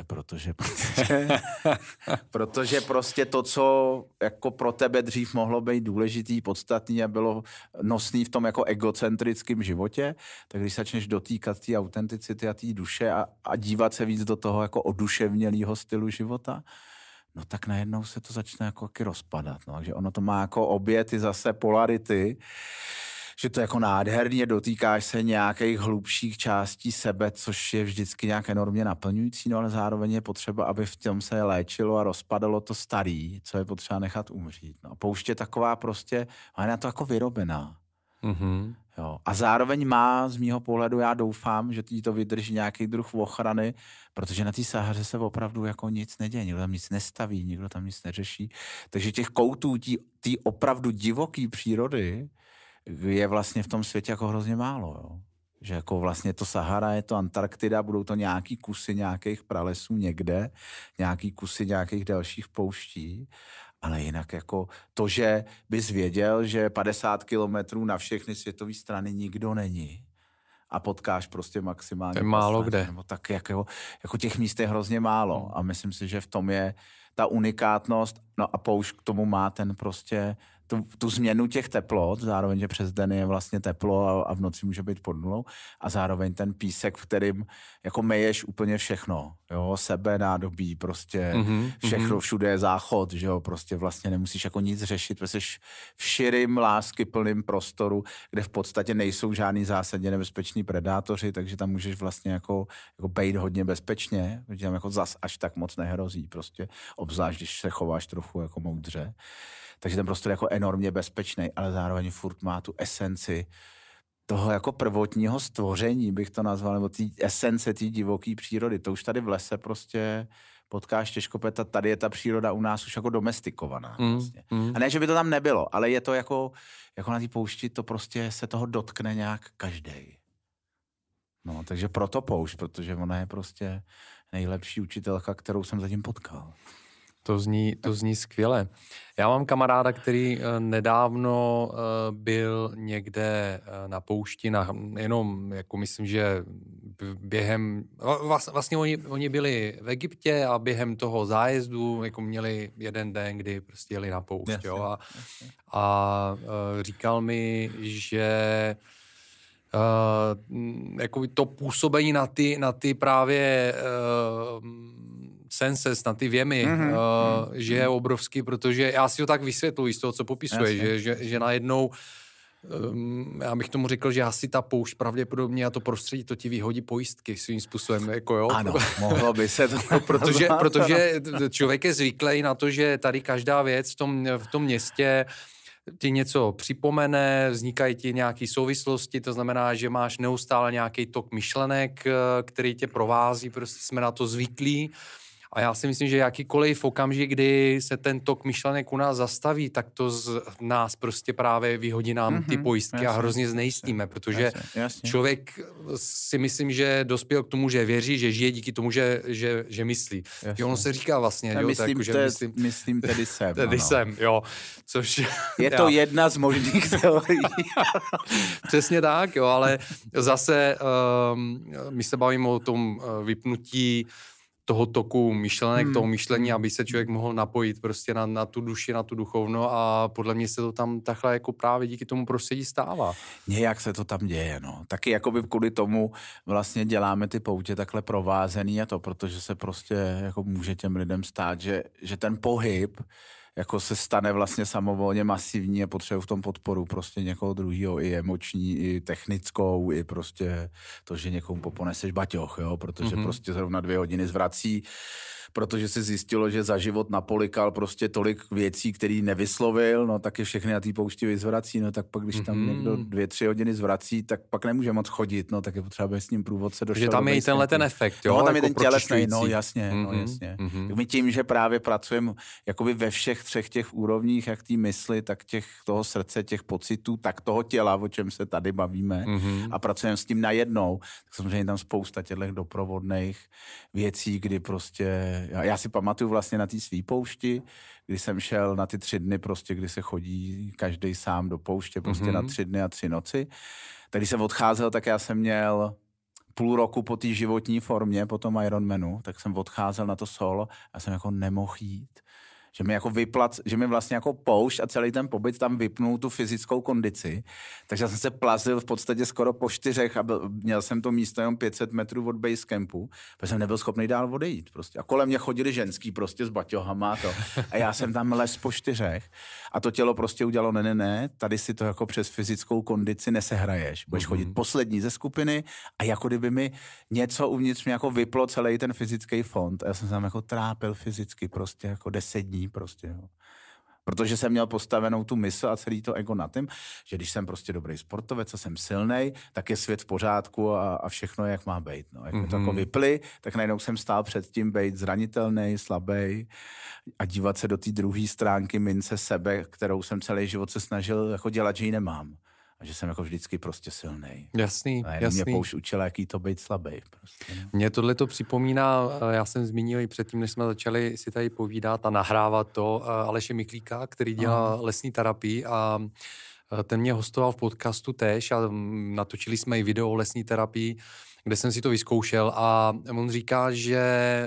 protože prostě to, co jako pro tebe dřív mohlo být důležitý, podstatný a bylo nosný v tom jako egocentrickém životě, tak když začneš dotýkat té autenticity a té duše a dívat se víc do toho jako oduševnělého stylu života, no tak najednou se to začne jako rozpadat. No. Takže ono to má jako obě ty zase polarity, že to jako nádherně dotýkáš se nějakých hlubších částí sebe, což je vždycky nějak enormně naplňující, no ale zároveň je potřeba, aby v tom se léčilo a rozpadalo to starý, co je potřeba nechat umřít. No. A pouště taková prostě, ale na to jako vyrobená. Mm-hmm. Jo. A zároveň má z mýho pohledu, já doufám, že jí to vydrží nějaký druh ochrany, protože na té Sahaře se opravdu jako nic neděje, nikdo tam nic nestaví, nikdo tam nic neřeší. Takže těch koutů té opravdu divoký přírody je vlastně v tom světě jako hrozně málo, jo. Že jako vlastně to Sahara, je to Antarktida, budou to nějaký kusy nějakých pralesů někde, nějaký kusy nějakých dalších pouští, ale jinak jako to, že bys věděl, že 50 kilometrů na všechny světové strany nikdo není a potkáš prostě maximálně. To je málo kde. Nebo tak jako těch míst je hrozně málo a myslím si, že v tom je ta unikátnost, no a poušť k tomu má ten prostě tu změnu těch teplot, zároveň, že přes den je vlastně teplo a v noci může být pod nulou a zároveň ten písek, v kterým jako myješ úplně všechno, jo, sebe, nádobí, prostě všechno, všude je záchod, že jo, prostě vlastně nemusíš jako nic řešit, protože jsi v širým, láskyplným prostoru, kde v podstatě nejsou žádný zásadně nebezpeční predátoři, takže tam můžeš vlastně jako bejt hodně bezpečně, protože tam jako zas až tak moc nehrozí, prostě obzvlášť, když se chováš trochu jako moudře. Takže ten prostor je jako enormně bezpečný, ale zároveň furt má tu esenci toho jako prvotního stvoření, bych to nazval, nebo té esence té divoké přírody. To už tady v lese prostě potkáš těžkopeta, tady je ta příroda u nás už jako domestikovaná. Vlastně. A ne, že by to tam nebylo, ale je to jako na té poušti, to prostě se toho dotkne nějak každej. No, takže proto poušť, protože ona je prostě nejlepší učitelka, kterou jsem zatím potkal. To zní skvěle. Já mám kamaráda, který nedávno byl někde na poušti, jenom jako myslím, že během, vlastně oni byli v Egyptě a během toho zájezdu jako měli jeden den, kdy prostě jeli na poušť. Jasně, jo, a říkal mi, že jako to působení na ty právě senses, na ty věmy, že je obrovský, protože já si to tak vysvětluji z toho, co popisuje, že najednou já bych tomu řekl, že asi ta poušť pravděpodobně a to prostředí to ti vyhodí pojistky svým způsobem, jako jo. Ano, mohlo by se to protože člověk je zvyklý na to, že tady každá věc v tom městě ti něco připomene, vznikají ti nějaké souvislosti, to znamená, že máš neustále nějaký tok myšlenek, který tě provází, prostě jsme na to zvyklí. A já si myslím, že jakýkoliv okamžik, kdy se ten tok myšlenek u nás zastaví, tak to z nás prostě právě vyhodí nám ty pojistky, jasně, a hrozně znejistíme, protože člověk si myslím, že dospěl k tomu, že věří, že žije díky tomu, že myslí. Jo, ono se říká vlastně, jo, myslím, tak, že myslím tedy jsem. Tedy jsem, jo. Což, je to jedna z možných teorií. Přesně tak, jo, ale zase my se bavíme o tom vypnutí toho toku myšlenek, toho myšlení, aby se člověk mohl napojit prostě na tu duši, na tu duchovno a podle mě se to tam takhle jako právě díky tomu prostředí stává. Nějak se to tam děje, no. Taky jakoby kvůli tomu vlastně děláme ty poutě takhle provázený a to, protože se prostě jako může těm lidem stát, že ten pohyb jako se stane vlastně samovolně masivní a potřebuje v tom podporu prostě někoho druhýho, i emoční, i technickou, i prostě to, že někomu poponeseš baťoch, jo, protože prostě zrovna 2 hodiny zvrací, protože se zjistilo, že za život napolikal prostě tolik věcí, který nevyslovil, no tak je všechny na té poušti vyzvrací, no tak pak, když tam někdo 2-3 hodiny zvrací, tak pak nemůže moc chodit, no tak je potřeba s ním průvodce došel. Že tam je i tenhle ten efekt, jo? No, tam jako je ten tělesný, no jasně, jasně. Tak my tím, že právě pracujeme jakoby ve všech 3 těch úrovních, jak té mysli, tak toho srdce, těch pocitů, tak toho těla, o čem se tady bavíme a pracujeme s tím najednou, tak samozřejmě tam spousta těchto doprovodných věcí, kdy prostě já si pamatuju vlastně na té svý poušti, kdy jsem šel na ty 3 dny prostě, kdy se chodí každej sám do pouště prostě na 3 dny a 3 noci. Tak když jsem odcházel, tak já jsem měl půl roku po té životní formě, po tom Ironmanu, tak jsem odcházel na to solo a jsem jako nemohl jít. Že mi jako že mi vlastně jako poušť a celý ten pobyt tam vypnul tu fyzickou kondici. Takže já jsem se plazil v podstatě skoro po 4 a měl jsem to místo jenom 500 metrů od basecampu, protože jsem nebyl schopný dál odejít prostě. A kolem mě chodili ženský prostě s baťohama to. A já jsem tam les po 4 a to tělo prostě udělalo ne, tady si to jako přes fyzickou kondici nesehraješ. Budeš chodit poslední ze skupiny a jako kdyby mi něco uvnitř mě jako vyplo celý ten fyzický fond. A já jsem tam jako trápil fyzicky prostě jako 10 dní prostě, jo. Protože jsem měl postavenou tu mysl a celý to ego na tím, že když jsem prostě dobrý sportovec a jsem silnej, tak je svět v pořádku a všechno je, jak má být. No. Jak mi to jako vypli, tak najednou jsem stál před tím být zranitelný, slabý a dívat se do té druhé stránky mince sebe, kterou jsem celý život se snažil jako dělat, že ji nemám. A že jsem jako vždycky prostě silnej. Jasný. Mě poušť učila, jaký to být slabý. Prostě, no. Mně tohle to připomíná, já jsem zmínil i předtím, než jsme začali si tady povídat a nahrávat to, Aleše Miklíka, který dělá lesní terapii a ten mě hostoval v podcastu též a natočili jsme i video o lesní terapii, kde jsem si to vyzkoušel a on říká, že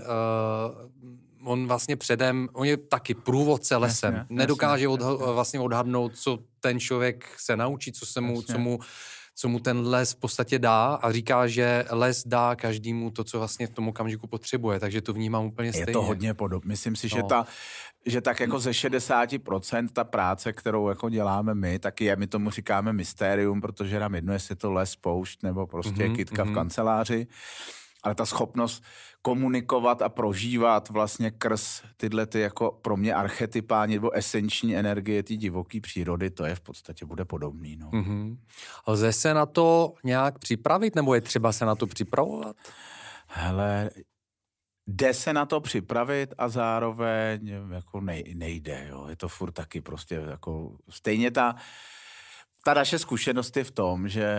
on vlastně předem, on je taky průvodce lesem. Nedokáže vlastně odhadnout, co ten člověk se naučí, co mu ten les v podstatě dá a říká, že les dá každému to, co vlastně v tom okamžiku potřebuje, takže to vnímám úplně stejně. Je to hodně podobné. Myslím si, že tak jako ze 60% ta práce, kterou jako děláme my, tak my tomu říkáme mystérium, protože nám jedno, jestli je to les, poušť nebo prostě kytka v kanceláři. Ale ta schopnost komunikovat a prožívat vlastně krz tyhle ty jako pro mě archetypální nebo esenční energie té divoké přírody, to je v podstatě bude podobný. No. Lze se na to nějak připravit, nebo je třeba se na to připravovat? Hele, jde se na to připravit a zároveň jako nejde, jo. Je to furt taky prostě jako stejně ta naše zkušenost je v tom, že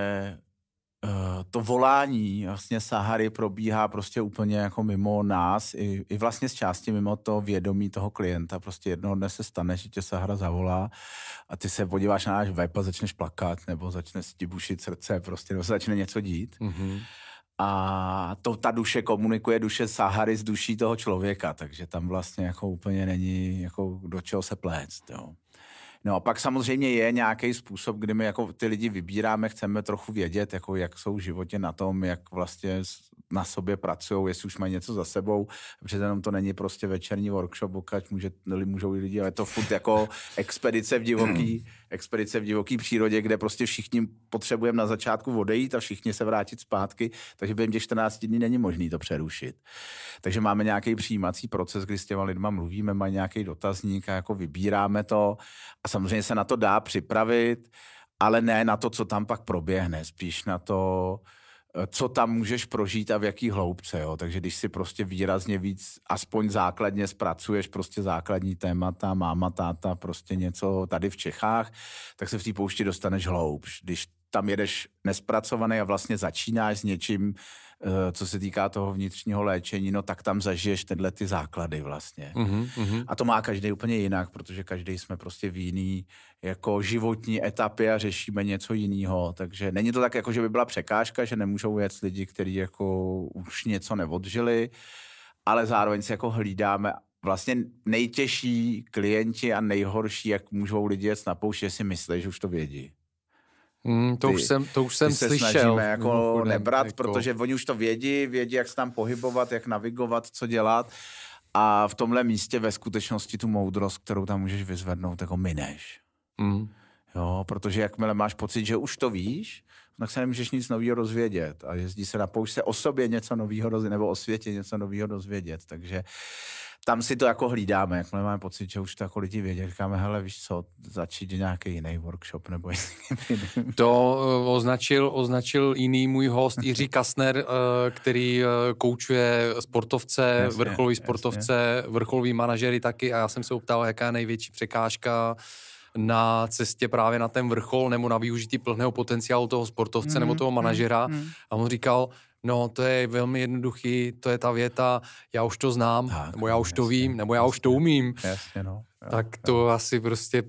to volání vlastně Sahary probíhá prostě úplně jako mimo nás i vlastně z části mimo to vědomí toho klienta. Prostě jednoho dne se stane, že tě Sahara zavolá a ty se podíváš na náš web a začneš plakat nebo začne si ti bušit srdce prostě, nebo se začne něco dít. Mm-hmm. A ta duše komunikuje duše Sahary s duší toho člověka, takže tam vlastně jako úplně není jako do čeho se pléct, jo. No a pak samozřejmě je nějaký způsob, kdy my jako ty lidi vybíráme, chceme trochu vědět, jako jak jsou v životě na tom, jak vlastně na sobě pracují, jestli už mají něco za sebou, protože jenom to není prostě večerní workshop, pokud můžou i lidi, ale to furt jako expedice v divoký přírodě, kde prostě všichni potřebujeme na začátku odejít a všichni se vrátit zpátky, takže během těch 14 dní není možný to přerušit. Takže máme nějaký přijímací proces, kdy s těma lidma mluvíme, mají nějaký dotazník a jako vybíráme to a samozřejmě se na to dá připravit, ale ne na to, co tam pak proběhne, spíš na to, co tam můžeš prožít a v jaký hloubce, jo. Takže když si prostě výrazně víc, aspoň základně zpracuješ prostě základní témata, máma, táta, prostě něco tady v Čechách, tak se v té poušti dostaneš hloubš. Když tam jedeš nespracovaný a vlastně začínáš s něčím, co se týká toho vnitřního léčení, no tak tam zažiješ tyhle ty základy vlastně. Mm-hmm. A to má každý úplně jinak, protože každý jsme prostě v jiný jako životní etapě a řešíme něco jiného. Takže není to tak, jako že by byla překážka, že nemůžou jet lidi, kteří jako už něco neodžili, ale zároveň se jako hlídáme vlastně nejtěžší klienti a nejhorší, jak můžou lidi jet na poušť, že si myslí, že už to vědí. To už jsem se slyšel. Snažíme jako nebrat, jako... protože oni už to vědí, jak se tam pohybovat, jak navigovat, co dělat a v tomhle místě ve skutečnosti tu moudrost, kterou tam můžeš vyzvednout, jako mineš. Jo, protože jakmile máš pocit, že už to víš, tak se nemůžeš nic nového dozvědět a jezdí se na poušť se o sobě něco nového nebo o světě něco nového dozvědět, takže tam si to jako hlídáme, jakmile máme pocit, že už to jako lidi vědí, říkáme, hele, víš co, začít nějaký jiný workshop nebo To označil jiný můj host Jiří Kastner, který koučuje sportovce, vrcholový sportovce, vrcholový manažery taky a já jsem se optal, jaká je největší překážka na cestě právě na ten vrchol nebo na využití plného potenciálu toho sportovce nebo toho manažera. A on říkal, no to je velmi jednoduchý, to je ta věta, já už to znám, nebo já už to vím, nebo já už to umím. Jasně, no. Tak to asi prostě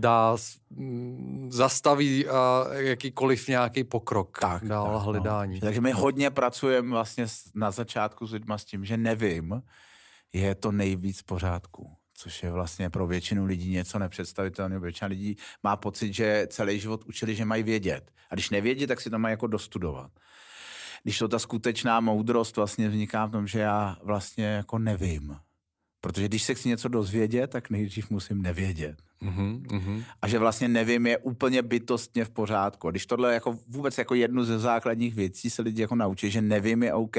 zastaví jakýkoliv nějaký pokrok dál hledání. No. Takže my hodně pracujeme vlastně na začátku s lidma s tím, že nevím, je to nejvíc v pořádku. Což je vlastně pro většinu lidí něco nepředstavitelného. Většina lidí má pocit, že celý život učili, že mají vědět. A když nevědí, tak si to mají jako dostudovat. Když to ta skutečná moudrost vlastně vzniká v tom, že já vlastně jako nevím. Protože když se chci něco dozvědět, tak nejdřív musím nevědět. A že vlastně nevím je úplně bytostně v pořádku. A když tohle jako vůbec jako jednu ze základních věcí se lidi jako naučí, že nevím je OK,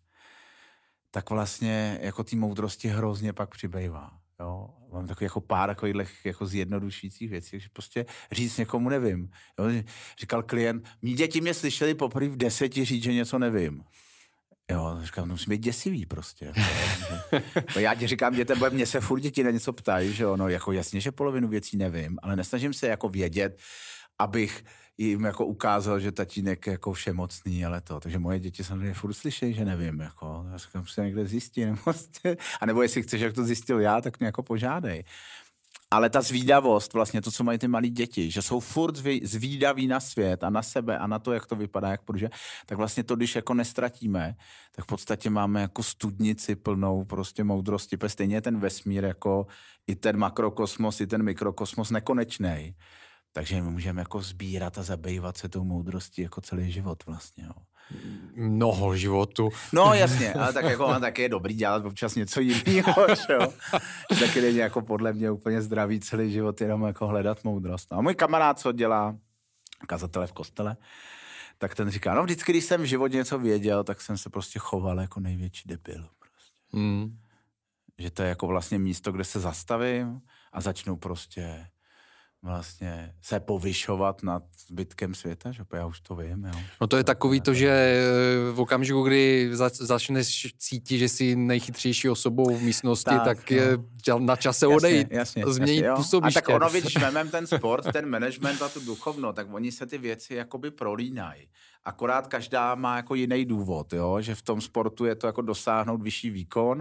tak vlastně jako té moudrosti hrozně pak přibývá. Jo, mám takový jako pár takových jako zjednodušujících věcí, že prostě říct někomu nevím. Jo, říkal klient, mí děti mě slyšeli poprvé v 10 říct, že něco nevím. Jo, říkám, no musím být děsivý prostě. No, já ti říkám dětem, mě se furt děti na něco ptají, že ono, jako jasně, že polovinu věcí nevím, ale nesnažím se jako vědět, abych jim jako ukázal, že tatínek je jako všemocný, ale to. Takže moje děti samozřejmě furt slyšejí, že nevím, jako. Já říkám, se někde zjistí, a nebo jestli chceš, jak to zjistil já, tak mě jako požádej. Ale ta zvídavost, vlastně to, co mají ty malí děti, že jsou furt zvídaví na svět a na sebe a na to, jak to vypadá, jak protože, tak vlastně to, když jako nestratíme, tak v podstatě máme jako studnici plnou prostě moudrosti. Stejně ten vesmír, jako i ten makrokosmos, i ten mikrokosmos nekonečnej. Takže my můžeme jako sbírat a zabývat se tou moudrostí jako celý život vlastně, jo. Mnoho životu. No jasně, ale tak jako taky je dobrý dělat občas něco jiného, jo. Taky není jako podle mě úplně zdravý celý život, jenom jako hledat moudrost. No a můj kamarád, co dělá kazatele v kostele, tak ten říká, no vždycky, když jsem v životě něco věděl, tak jsem se prostě choval jako největší debil. Prostě. Že to je jako vlastně místo, kde se zastavím a začnu prostě vlastně se povyšovat nad zbytkem světa, že já už to vím. Jo. No to je takový to, že v okamžiku, kdy začneš cítit, že jsi nejchytřejší osobou v místnosti, tak je na čase odejít, změnit působiště. A tak ono, když vememe ten sport, ten management a tu duchovno, tak oni se ty věci jakoby prolínají. Akorát každá má jako jiný důvod, jo? Že v tom sportu je to jako dosáhnout vyšší výkon,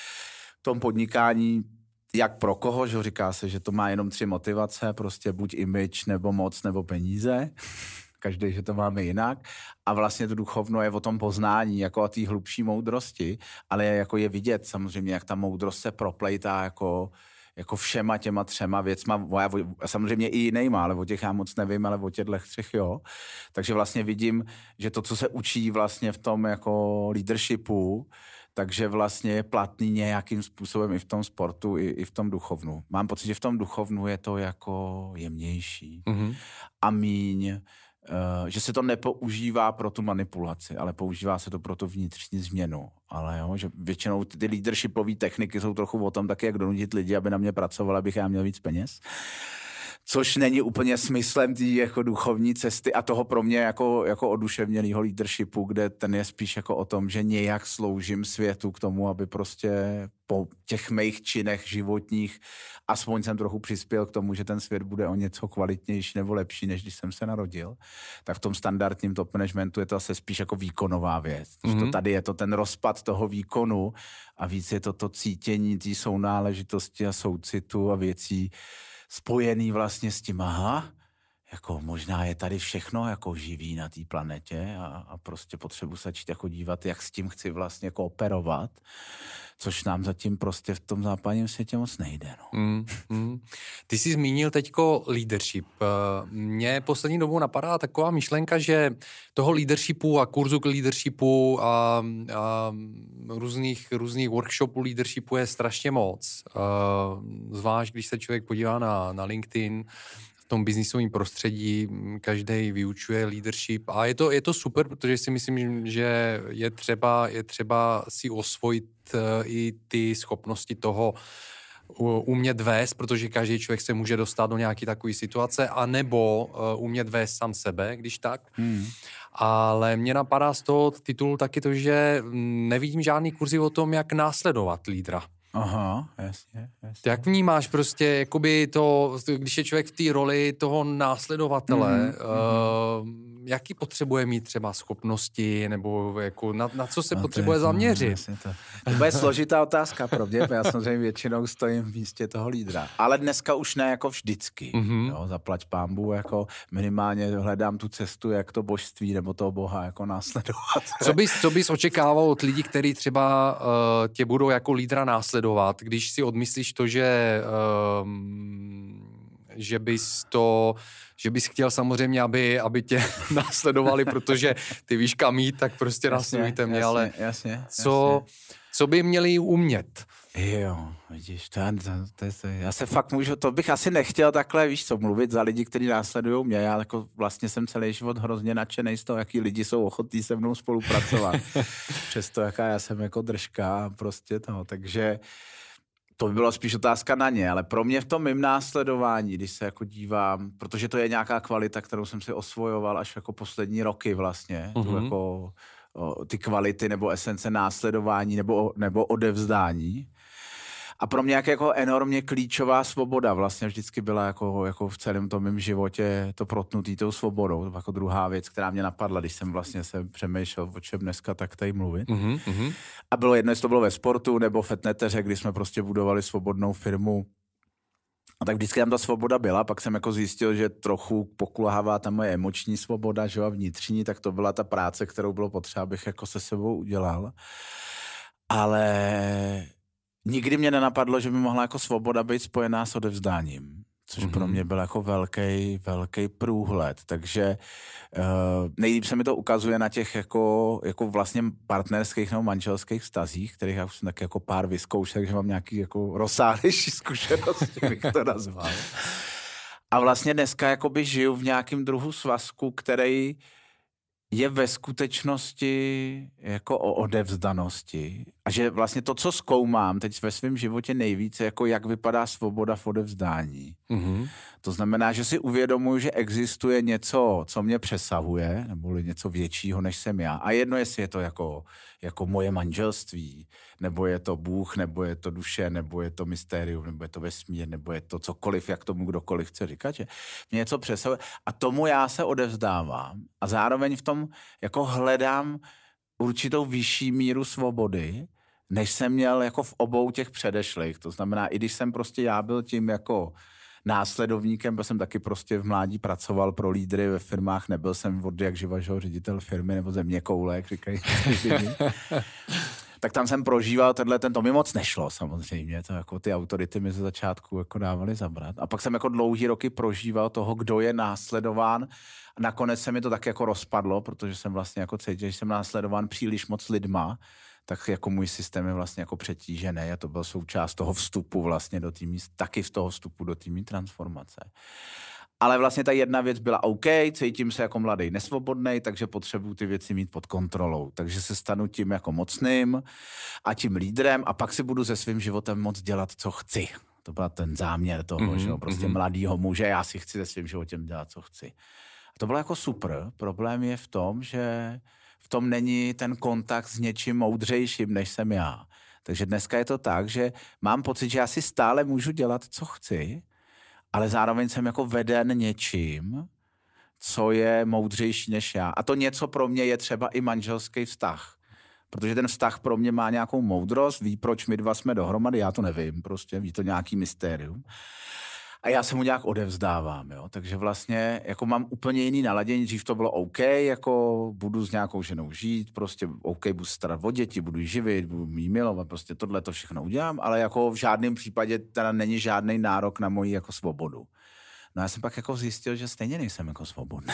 v tom podnikání jak pro koho, že říká se, že to má jenom 3 motivace, prostě buď image, nebo moc, nebo peníze. Každý, že to máme jinak. A vlastně to duchovno je o tom poznání, jako o té hlubší moudrosti, ale jako je vidět samozřejmě, jak ta moudrost se proplejtá jako všema těma 3 věcma, samozřejmě i jinejma, ale o těch já moc nevím, ale o těchto 3 jo. Takže vlastně vidím, že to, co se učí vlastně v tom jako leadershipu, takže vlastně je platný nějakým způsobem i v tom sportu, i v tom duchovnu. Mám pocit, že v tom duchovnu je to jako jemnější a míň, že se to nepoužívá pro tu manipulaci, ale používá se to pro tu vnitřní změnu. Ale jo, že většinou ty leadershipové techniky jsou trochu o tom taky, jak donutit lidi, aby na mě pracovali, abych já měl víc peněz. Což není úplně smyslem té jako duchovní cesty a toho pro mě jako oduševněného leadershipu, kde ten je spíš jako o tom, že nějak sloužím světu k tomu, aby prostě po těch mých činech životních aspoň jsem trochu přispěl k tomu, že ten svět bude o něco kvalitnější nebo lepší, než když jsem se narodil. Tak v tom standardním top managementu je to asi spíš jako výkonová věc. To tady je to ten rozpad toho výkonu a víc je to cítění té sounáležitosti a soucitu a věcí spojený vlastně s tím, jako možná je tady všechno jako živý na té planetě a prostě potřebuji se začít jako dívat, jak s tím chci vlastně kooperovat, což nám zatím prostě v tom západním světě moc nejde. No. Ty jsi zmínil teďko leadership. Mně poslední dobou napadá taková myšlenka, že toho leadershipu a kurzu k leadershipu a různých workshopů leadershipu je strašně moc. Zvlášť, když se člověk podívá na LinkedIn, v tom biznisovém prostředí každý vyučuje leadership a je to super, protože si myslím, že je třeba si osvojit i ty schopnosti toho umět vést, protože každý člověk se může dostat do nějaké takové situace, anebo umět vést sám sebe, když tak. Ale mě napadá z toho titulu taky to, že nevidím žádný kurzy o tom, jak následovat lídra. Aha, jasně. Jak vnímáš prostě, jakoby to, když je člověk v té roli toho následovatele, jaký potřebuje mít třeba schopnosti, nebo jako na co se potřebuje zaměřit? To bude složitá otázka pro mě, já samozřejmě většinou stojím v místě toho lídra. Ale dneska už ne jako vždycky. Jo, zaplať pánbůh, jako minimálně hledám tu cestu, jak to božství nebo toho boha jako následovat. Co bys očekával od lidí, kteří třeba tě budou jako lídra následovat, když si odmyslíš to, že bys chtěl samozřejmě, aby tě následovali, to, ty víš kam jít, tak prostě následujte mě, ale co by měli umět? Jo, vidíš, já se fakt můžu, to bych asi nechtěl takhle, víš co, mluvit za lidi, kteří následují mě, já jako vlastně jsem celý život hrozně nadšenej z toho, jaký lidi jsou ochotní se mnou spolupracovat, přesto jaká já jsem jako držka prostě toho, takže to by bylo spíš otázka na ně, ale pro mě v tom mým následování, když se jako dívám, protože to je nějaká kvalita, kterou jsem si osvojoval až jako poslední roky vlastně, jako ty kvality nebo esence následování nebo odevzdání. A pro mě jako enormně klíčová svoboda vlastně vždycky byla jako v celém tom mém životě to protnutý tou svobodou. To byla jako druhá věc, která mě napadla, když jsem vlastně se přemýšlel, o čem dneska tak tady mluvit. A bylo jedno, jestli to bylo ve sportu nebo v Etneteře, kdy jsme prostě budovali svobodnou firmu. A tak vždycky tam ta svoboda byla, pak jsem jako zjistil, že trochu pokulhává ta moje emoční svoboda, že a vnitřní, tak to byla ta práce, kterou bylo potřeba, abych jako se sebou udělal. Ale nikdy mě nenapadlo, že by mohla jako svoboda být spojená s odevzdáním, což pro mě byl jako velký průhled. Takže nejlíp se mi to ukazuje na těch jako vlastně partnerských nebo manželských vztazích, kterých já už jsem tak jako pár vyzkoušel, takže mám nějaký jako rozsáhlejší zkušenosti, bych to nazval. A vlastně dneska jakoby žiju v nějakém druhu svazku, který je ve skutečnosti jako o odevzdanosti a že vlastně to, co zkoumám teď ve svém životě nejvíce, jako jak vypadá svoboda v odevzdání. Mm-hmm. To znamená, že si uvědomuji, že existuje něco, co mě přesahuje, nebo něco většího, než jsem já. A jedno, jestli je to jako moje manželství, nebo je to Bůh, nebo je to duše, nebo je to mystérium, nebo je to vesmír, nebo je to cokoliv, jak tomu kdokoliv chce říkat, že mě něco přesahuje. A tomu já se odevzdávám a zároveň v tom jako hledám určitou vyšší míru svobody, než jsem měl jako v obou těch předešlých. To znamená, i když jsem prostě já byl tím jako následovníkem, protože jsem taky prostě v mládí pracoval pro lídry ve firmách, nebyl jsem od jak živa, ředitel firmy nebo zeměkoule, jak říkají. Tak tam jsem prožíval to mi moc nešlo samozřejmě, to jako ty autority mi ze začátku jako dávali zabrat. A pak jsem jako dlouhý roky prožíval toho, kdo je následován. A nakonec se mi to tak jako rozpadlo, protože jsem vlastně jako cítil, že jsem následován příliš moc lidma, tak jako můj systém je vlastně jako přetížený a to byl součást toho vstupu vlastně do té taky z toho vstupu do té transformace. Ale vlastně ta jedna věc byla OK, cítím se jako mladý nesvobodnej, takže potřebuji ty věci mít pod kontrolou. Takže se stanu tím jako mocným a tím lídrem a pak si budu se svým životem moc dělat, co chci. To byl ten záměr toho, že prostě mladýho muže, já si chci se svým životem dělat, co chci. A to bylo jako super. Problém je v tom, že v tom není ten kontakt s něčím moudřejším, než jsem já. Takže dneska je to tak, že mám pocit, že já si stále můžu dělat, co chci, ale zároveň jsem jako veden něčím, co je moudřejší než já. A to něco pro mě je třeba i manželský vztah. Protože ten vztah pro mě má nějakou moudrost, ví, proč my dva jsme dohromady, já to nevím, prostě ví to nějaký mystérium. A já se mu nějak odevzdávám, jo. Takže vlastně jako mám úplně jiný naladění, dřív to bylo OK, jako budu s nějakou ženou žít, prostě OK, budu starat o děti, budu ji živit, budu jí milovat, prostě tohle to všechno udělám, ale jako v žádném případě teda není žádný nárok na moji jako svobodu. No já jsem pak jako zjistil, že stejně nejsem jako svobodný.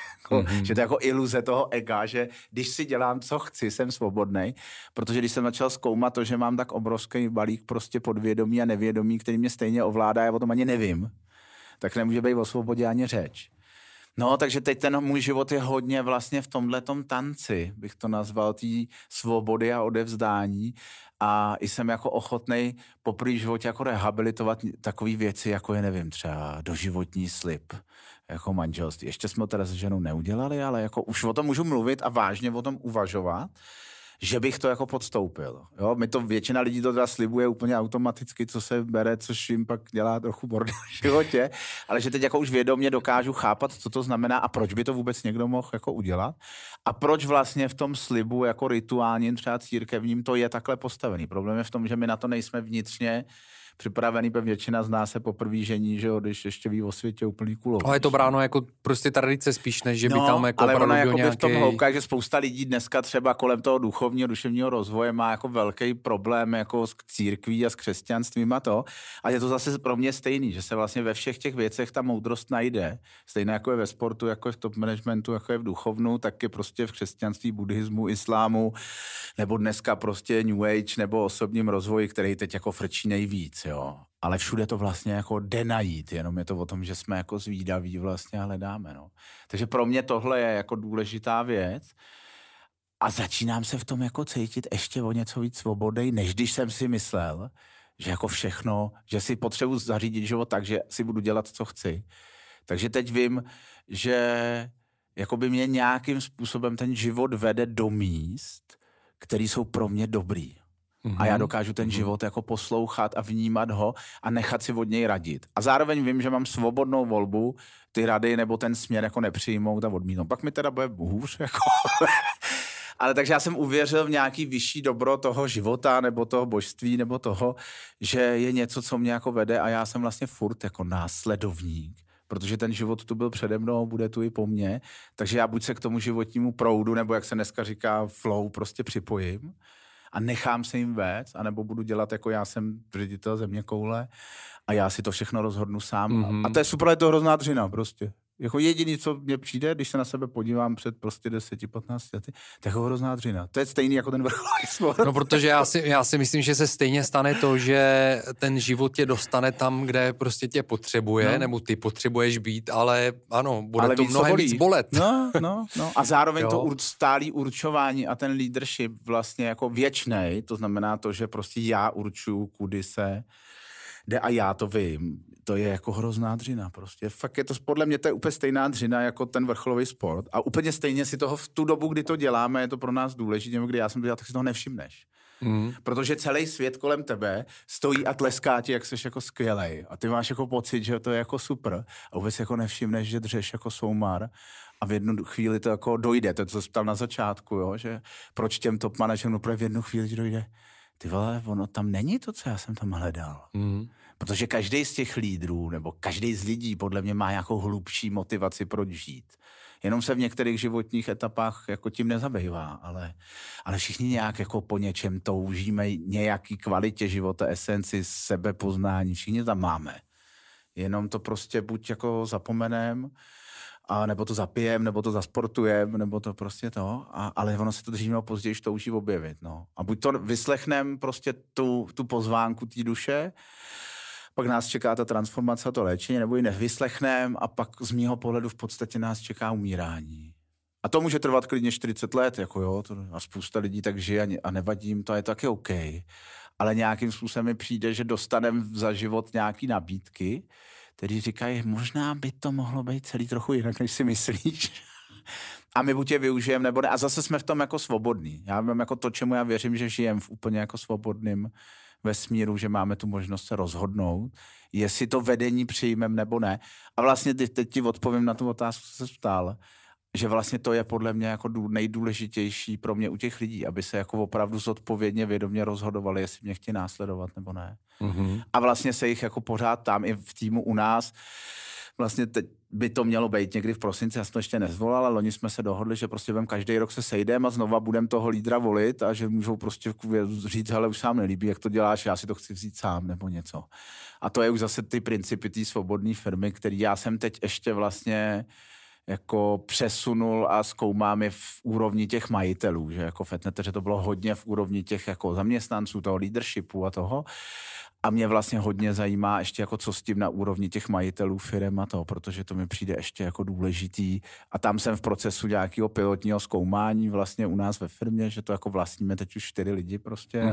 Že to je jako iluze toho ega, že když si dělám, co chci, jsem svobodnej, protože když jsem začal zkoumat to, že mám tak obrovský balík prostě podvědomí a nevědomí, který mě stejně ovládá, já o tom ani nevím, tak nemůže být o svobodě ani řeč. No, takže teď ten můj život je hodně vlastně v tomhletom tanci, bych to nazval, té svobody a odevzdání a jsem jako ochotnej po první životě jako rehabilitovat takové věci, jako je, nevím, třeba doživotní slib, jako manželství. Ještě jsme to teda s ženou neudělali, ale jako už o tom můžu mluvit a vážně o tom uvažovat, že bych to jako podstoupil. Jo? Většina lidí to teda slibuje úplně automaticky, co se bere, což jim pak dělá trochu bordel v životě, ale že teď jako už vědomě dokážu chápat, co to znamená a proč by to vůbec někdo mohl jako udělat a proč vlastně v tom slibu jako rituálním, třeba církevním, to je takhle postavený. Problém je v tom, že my na to nejsme vnitřně připravený, většina z nás se poprvé žení, že jo, když ještě ví o světě úplný kulou. Ale je to bráno jako prostě tradice spíš, než že by tam jako ale ono jako nějaký... v tom hloubkách, že spousta lidí dneska třeba kolem toho duchovního, duševního rozvoje má jako velký problém jako s církví a s křesťanstvím a to. A je to zase pro mě stejný, že se vlastně ve všech těch věcech ta moudrost najde. Stejně jako je ve sportu, jako je v top managementu, jako je v duchovnu, tak je prostě v křesťanství, buddhismu, islámu, nebo dneska prostě New Age, nebo osobním rozvoji, který teď jako frčí nejvíc. Jo. Ale všude to vlastně jako jde najít, jenom je to o tom, že jsme jako zvídaví vlastně a hledáme. No. Takže pro mě tohle je jako důležitá věc a začínám se v tom jako cítit ještě o něco víc svobodnej, než když jsem si myslel, že jako všechno, že si potřebuji zařídit život tak, že si budu dělat, co chci. Takže teď vím, že jakoby mě nějakým způsobem ten život vede do míst, které jsou pro mě dobrý. A já dokážu ten život jako poslouchat a vnímat ho a nechat si od něj radit. A zároveň vím, že mám svobodnou volbu ty rady nebo ten směr jako nepřijmout a odmítnout. Pak mi teda bude hůř, jako. Ale takže já jsem uvěřil v nějaký vyšší dobro toho života nebo toho božství nebo toho, že je něco, co mě jako vede a já jsem vlastně furt jako následovník. Protože ten život tu byl přede mnou, bude tu i po mně. Takže já buď se k tomu životnímu proudu, nebo jak se dneska říká flow, prostě připojím a nechám se jim vést, anebo budu dělat, jako já jsem ředitel zeměkoule a já si to všechno rozhodnu sám. A to je super, je to hrozná dřina prostě. Jako jediný, co mně přijde, když se na sebe podívám před prostě 10-15 lety, tak je hrozná dřina. To je stejný jako ten vrcholový sport. No, protože já si myslím, že se stejně stane to, že ten život tě dostane tam, kde prostě tě potřebuje, nebo ty potřebuješ být, ale ano, bude ale to mnohem víc bolet. No. A zároveň to stálý určování a ten leadership vlastně jako věčnej, to znamená to, že prostě já určuju, kudy se jde a já to vím. To je jako hrozná dřina prostě. Fakt je to, podle mě to je úplně stejná dřina jako ten vrcholový sport. A úplně stejně si toho v tu dobu, kdy to děláme, je to pro nás důležité, nebo kdy já jsem to dělal, tak si toho nevšimneš. Protože celý svět kolem tebe stojí a tleská ti, jak jsi jako skvělej. A ty máš jako pocit, že to je jako super. A vůbec jako nevšimneš, že dřeš jako soumar. A v jednu chvíli to jako dojde. To, co jsi ptal na začátku, jo? Že proč těm top manažerům v jednu chvíli dojde. Ty vole, ono tam není to, co já jsem tam hledal. Protože každý z těch lídrů, nebo každý z lidí podle mě má nějakou hlubší motivaci, proč žít. Jenom se v některých životních etapách jako tím nezabývá, ale všichni nějak jako po něčem toužíme, nějaký kvalitě života, esenci, sebepoznání, všichni tam máme. Jenom to prostě buď jako zapomenem, a nebo to zapijem, nebo to zasportujem, nebo to prostě to, ale ono se to dřív nebo později touží objevit, no. A buď to vyslechnem prostě tu pozvánku té duše, pak nás čeká ta transformace a to léčení, nebo ji nevyslechneme a pak z mýho pohledu v podstatě nás čeká umírání. A to může trvat klidně 40 let, jako jo, a spousta lidí tak žije a nevadí jim to, je taky OK. Ale nějakým způsobem mi přijde, že dostaneme za život nějaký nabídky, který říkají, možná by to mohlo být celý trochu jinak, než si myslíš. A my buď je využijeme, nebo ne. A zase jsme v tom jako svobodní. Já mám jako to, čemu já věřím, že žijem v úplně jako svobodným vesmíru, že máme tu možnost se rozhodnout, jestli to vedení přijmem nebo ne. A vlastně teď ti odpovím na tu otázku, co se ptal, že vlastně to je podle mě jako nejdůležitější pro mě u těch lidí, aby se jako opravdu zodpovědně, vědomě rozhodovali, jestli mě chtějí následovat nebo ne. A vlastně se jich jako pořád tam i v týmu u nás, vlastně teď by to mělo být někdy v prosinci, já jsem to ještě nezvolal, ale loni jsme se dohodli, že prostě každý rok se sejdeme a znova budeme toho lídra volit a že můžou prostě říct, hele, už sám nelíbí, jak to děláš, já si to chci vzít sám nebo něco. A to je už zase ty principy té svobodné firmy, který já jsem teď ještě vlastně jako přesunul a zkoumám je v úrovni těch majitelů, že jako Fetnete, že to bylo hodně v úrovni těch jako zaměstnanců, toho leadershipu a toho. A mě vlastně hodně zajímá ještě jako co s tím na úrovni těch majitelů firem a toho, protože to mi přijde ještě jako důležitý. A tam jsem v procesu nějakého pilotního zkoumání vlastně u nás ve firmě, že to jako vlastníme teď už 4 lidi prostě.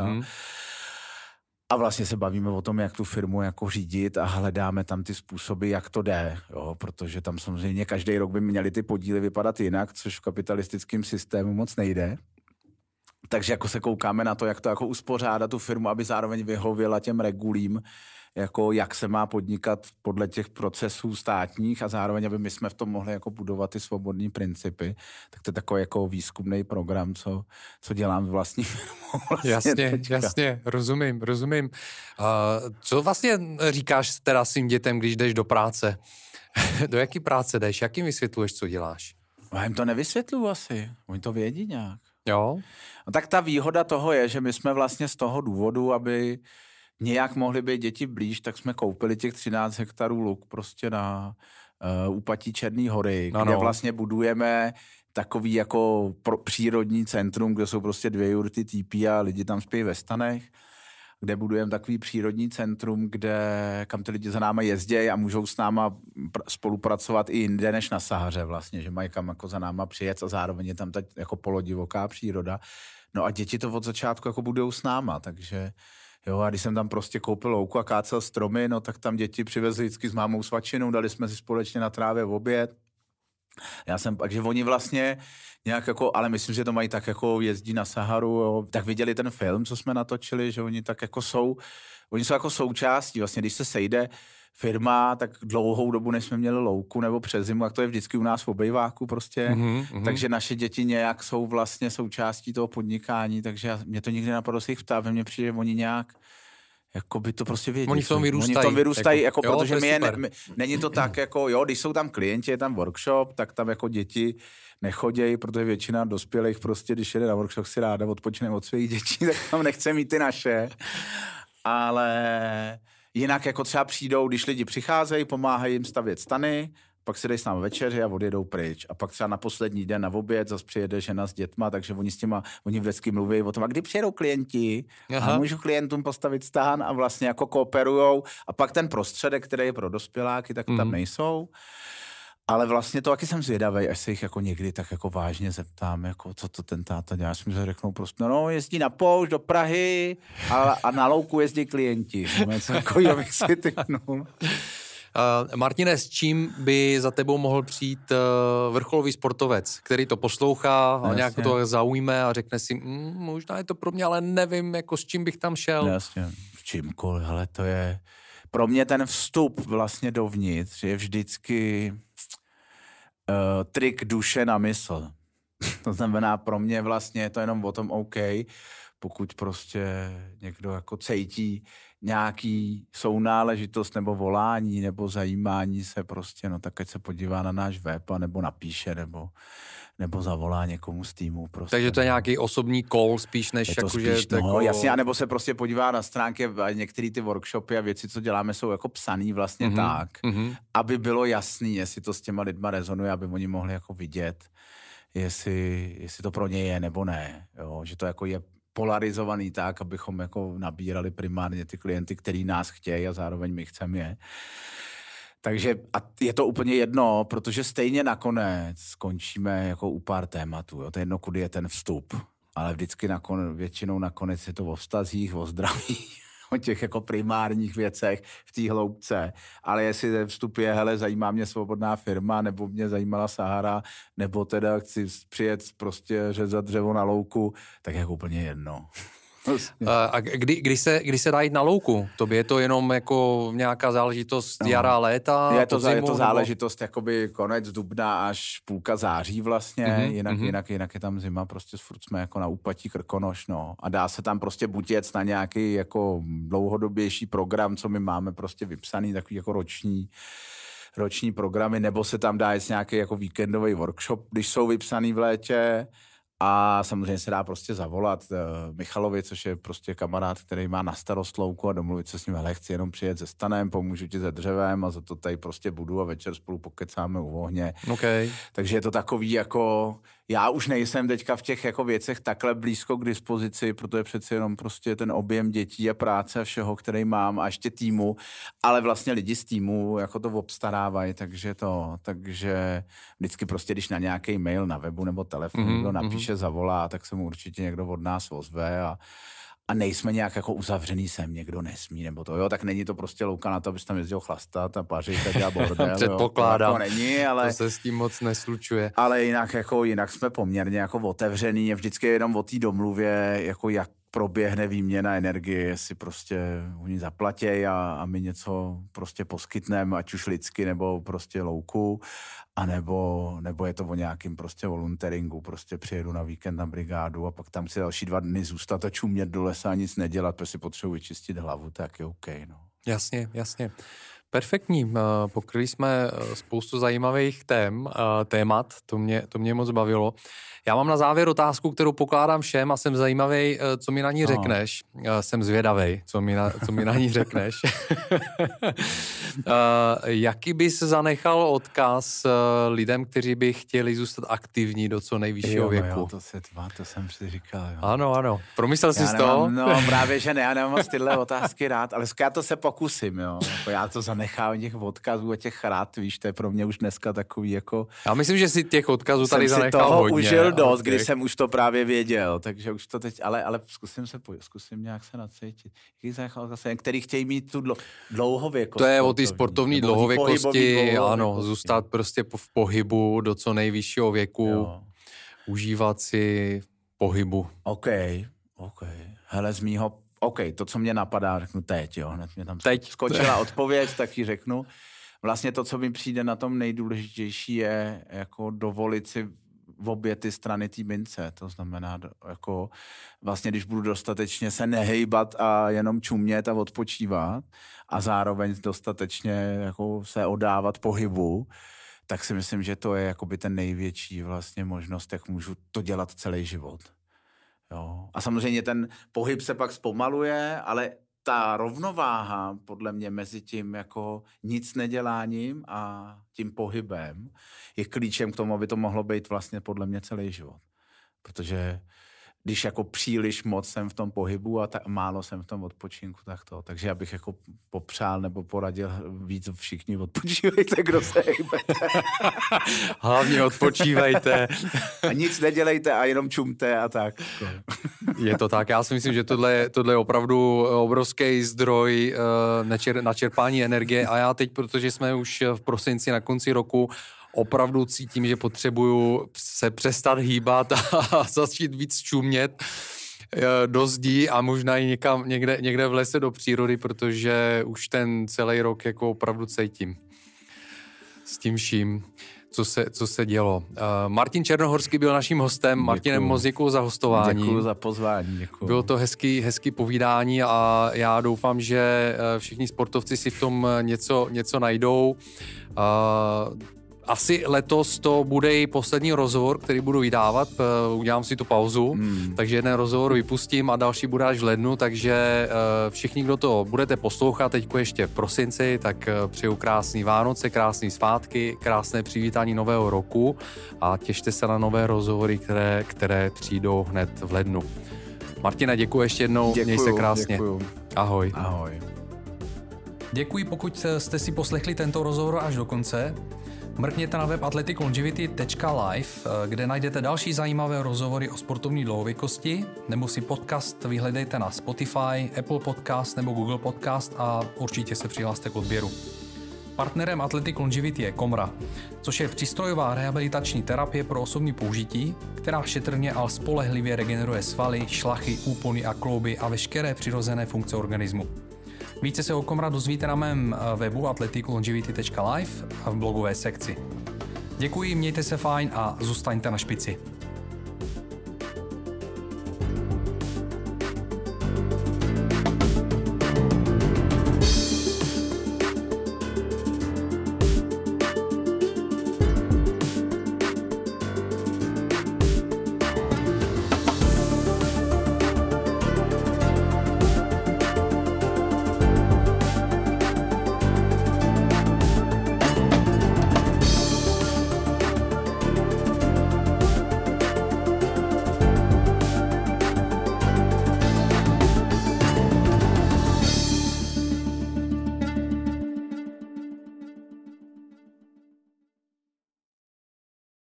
A vlastně se bavíme o tom, jak tu firmu jako řídit a hledáme tam ty způsoby, jak to jde, jo, protože tam samozřejmě každý rok by měly ty podíly vypadat jinak, což v kapitalistickém systému moc nejde. Takže jako se koukáme na to, jak to jako uspořádat tu firmu, aby zároveň vyhověla těm regulím, jako jak se má podnikat podle těch procesů státních a zároveň, aby my jsme v tom mohli jako budovat ty svobodné principy. Tak to je takový jako výzkumný program, co dělám vlastní firmou. Vlastně jasně, rozumím. Co vlastně říkáš teda svým dětem, když jdeš do práce? Do jaký práce jdeš? Jak jim vysvětluješ, co děláš? Já jim to nevysvětluji asi. Oni to vědí nějak. Jo? No tak ta výhoda toho je, že my jsme vlastně z toho důvodu, aby nějak mohly být děti blíž, tak jsme koupili těch 13 hektarů luk prostě na úpatí Černý hory, kde vlastně budujeme takový jako přírodní centrum, kde jsou prostě 2 jurty týpí a lidi tam spí ve stanech, kde budujeme takový přírodní centrum, kam ty lidi za náma jezdějí a můžou s náma spolupracovat i jinde než na Sahaře vlastně, že mají kam jako za náma přijet a zároveň je tam tak jako polodivoká příroda. No a děti to od začátku jako budujou s náma, takže jo, a když jsem tam prostě koupil louku a kácel stromy, no tak tam děti přivezli vždycky s mámou svačinu, dali jsme si společně na trávě oběd. Takže oni vlastně nějak jako, ale myslím, že to mají tak jako jezdí na Saharu, jo, tak viděli ten film, co jsme natočili, že oni tak jako oni jsou jako součástí, vlastně když se sejde firma, tak dlouhou dobu, než jsme měli louku nebo přes zimu, tak to je vždycky u nás v obejváku prostě, takže naše děti nějak jsou vlastně součástí toho podnikání, takže mě to nikdy napadlo se jich ptát, mně přijde, že oni nějak jako by to prostě vědí. Oni v tom vyrůstají. Jako, protože není to tak, jako jo, když jsou tam klienti, je tam workshop, tak tam jako děti nechodějí, protože většina dospělých prostě, když jede na workshop, si ráda odpočne od svých dětí, tak tam nechce mít ty naše. Ale jinak jako třeba přijdou, když lidi přicházejí, pomáhají jim stavět stany, pak si dej s námi večeři a odjedou pryč. A pak třeba na poslední den na oběd zase přijede žena s dětma, takže oni vždycky mluví o tom, a kdy přijedou klienti, a můžu klientům postavit stán a vlastně jako kooperujou. A pak ten prostředek, který je pro dospěláky, tak tam nejsou. Ale vlastně to, jaký jsem zvědavej, až se jich jako někdy tak jako vážně zeptám, jako co to ten táta dělá, až mi to řeknou prostě, no jezdí na poušť do Prahy a na louku jezdí klienti. Bych si typnul. Martine, s čím by za tebou mohl přijít vrcholový sportovec, který to poslouchá a nějak to zaujme a řekne si, možná je to pro mě, ale nevím, jako s čím bych tam šel. Jasně, s čímkoliv, ale to je... Pro mě ten vstup vlastně dovnitř je vždycky trik duše na mysl. To znamená, pro mě vlastně je to jenom o tom OK, pokud prostě někdo jako cítí nějaký sounáležitost nebo volání nebo zajímání se prostě, no tak ať se podívá na náš web a nebo napíše nebo zavolá někomu z týmu. Prostě. Takže to je nějaký osobní call spíš, než je to jako, spíš, že... No, jako... jasně, anebo se prostě podívá na stránky a některé ty workshopy a věci, co děláme, jsou jako psaný vlastně tak, aby bylo jasný, jestli to s těma lidma rezonuje, aby oni mohli jako vidět, jestli to pro ně je nebo ne. Jo? Že to jako je polarizovaný tak, abychom jako nabírali primárně ty klienty, který nás chtějí a zároveň my chceme je. Takže a je to úplně jedno, protože stejně nakonec skončíme jako u pár tématů. Jo? To je jedno, kudy je ten vstup. Ale vždycky většinou nakonec je to o vztazích, o zdraví, o těch jako primárních věcech v té hloubce. Ale jestli ten vstup je, hele, zajímá mě svobodná firma, nebo mě zajímala Sahara, nebo teda chci přijet prostě řezat dřevo na louku, tak je úplně jedno. A kdy se dá jít na louku? Tobě je to jenom jako nějaká záležitost jara, léta? Je to záležitost jakoby konec dubna až půlka září vlastně, jinak je tam zima, prostě furt jsme jako na úpatí Krkonoš, no. A dá se tam prostě buď jet na nějaký jako dlouhodobější program, co my máme prostě vypsaný, takový jako roční programy, nebo se tam dá jet nějaký jako víkendový workshop, když jsou vypsaný v létě. A samozřejmě se dá prostě zavolat Michalovi, což je prostě kamarád, který má na starost louku a domluvit se s ním, hele, chci jenom přijet se stanem, pomůžu ti se dřevem a za to tady prostě budu a večer spolu pokecáme u ohně. Okay. Takže je to takový jako, já už nejsem teďka v těch jako věcech takhle blízko k dispozici, protože přeci jenom prostě ten objem dětí a práce všeho, který mám a ještě týmu, ale vlastně lidi z týmu jako to obstarávají, takže vždycky prostě, když na nějaký mail na webu nebo telefon někdo napíše, zavolá, tak se mu určitě někdo od nás ozve a nejsme nějak jako uzavřený sem, někdo nesmí, nebo to, jo, tak není to prostě louka na to, abys tam jezdil chlastat a pařit a dělat bordel, předpokládám, jo, to není, ale... To se s tím moc neslučuje. Ale jinak jsme poměrně jako otevřený, je vždycky jenom o té domluvě, jako jak proběhne výměna energie, jestli prostě oni zaplatěj a my něco prostě poskytneme, ať už lidsky nebo prostě louku, a nebo je to o nějakým prostě volunteeringu, prostě přijedu na víkend na brigádu a pak tam si další 2 dny zůstat a čumět do lesa a nic nedělat, protože si potřebuji vyčistit hlavu, tak je OK, no. Jasně. Perfektní. Pokryli jsme spoustu zajímavých témat, to mě moc bavilo. Já mám na závěr otázku, kterou pokládám všem a jsem zajímavý, co mi na ní řekneš. Jsem zvědavej, co mi na ní řekneš. Jaký bys zanechal odkaz lidem, kteří by chtěli zůstat aktivní do co nejvyššího věku? Jo, to jsem si říkal. Jo. Ano. Promyslel jsi to? No, právě, že ne, já nemám moc tyhle otázky rád, ale já to se pokusím, jo. Jako já to zanechám těch odkazů a těch rád, víš, to je pro mě už dneska takový jako... Já myslím, že si těch odkazů tady zanechal hodně. Jsem si toho užil dost, okay. Když jsem už to právě věděl, takže už to teď, ale zkusím nějak se nacítit. Který chtějí mít tu dlouhověkost. To je o té sportovní dlouhověkosti, ano, zůstat prostě v pohybu do co nejvyššího věku, jo. Užívat si pohybu. OK. Hele, z mýho, to, co mě napadá, řeknu teď, jo, hned mě tam skočila odpověď, tak ji řeknu. Vlastně to, co mi přijde na tom nejdůležitější, je jako dovolit si v obě ty strany té mince, to znamená, jako vlastně, když budu dostatečně se nehejbat a jenom čumět a odpočívat a zároveň dostatečně jako se oddávat pohybu, tak si myslím, že to je jakoby ten největší vlastně možnost, jak můžu to dělat celý život. Jo. A samozřejmě ten pohyb se pak zpomaluje, ale ta rovnováha podle mě mezi tím jako nic neděláním a tím pohybem je klíčem k tomu, aby to mohlo být vlastně podle mě celý život. Protože když jako příliš moc jsem v tom pohybu a málo jsem v tom odpočinku, tak to. Takže já bych jako popřál nebo poradil víc všichni odpočívejte, kdo se hejbete. Hlavně odpočívejte. A nic nedělejte a jenom čumte a tak. Je to tak, já si myslím, že tohle je opravdu obrovský zdroj na čerpání energie a já teď, protože jsme už v prosinci na konci roku, opravdu cítím, že potřebuju se přestat hýbat a začít víc čumět do zdí a možná i někde v lese do přírody, protože už ten celý rok jako opravdu cítím s tím vším, co se dělo. Martin Černohorský byl naším hostem. Děkuju. Martine, moc děkuju za hostování. Děkuju za pozvání. Děkuju. Bylo to hezký povídání a já doufám, že všichni sportovci si v tom něco najdou. Asi letos to bude i poslední rozhovor, který budu vydávat, udělám si tu pauzu, takže jeden rozhovor vypustím a další bude až v lednu, takže všichni, kdo to budete poslouchat teďko ještě v prosinci, tak přeju krásný Vánoce, krásný svátky, krásné přivítání nového roku a těšte se na nové rozhovory, které přijdou hned v lednu. Martina, děkuji ještě jednou, měj se krásně. Děkuju. Ahoj. Ahoj. Děkuji, pokud jste si poslechli tento rozhovor až do konce. Mrkněte na web athleticlongevity.live, kde najdete další zajímavé rozhovory o sportovní dlouhověkosti, nebo si podcast vyhledejte na Spotify, Apple Podcast nebo Google Podcast a určitě se přihlaste k odběru. Partnerem Athletic Longevity je Komra, což je přístrojová rehabilitační terapie pro osobní použití, která šetrně a spolehlivě regeneruje svaly, šlachy, úpony a klouby a veškeré přirozené funkce organismu. Více se o Komra dozvíte na mém webu athleticlongevity.live a v blogové sekci. Děkuji, mějte se fajn a zůstaňte na špici.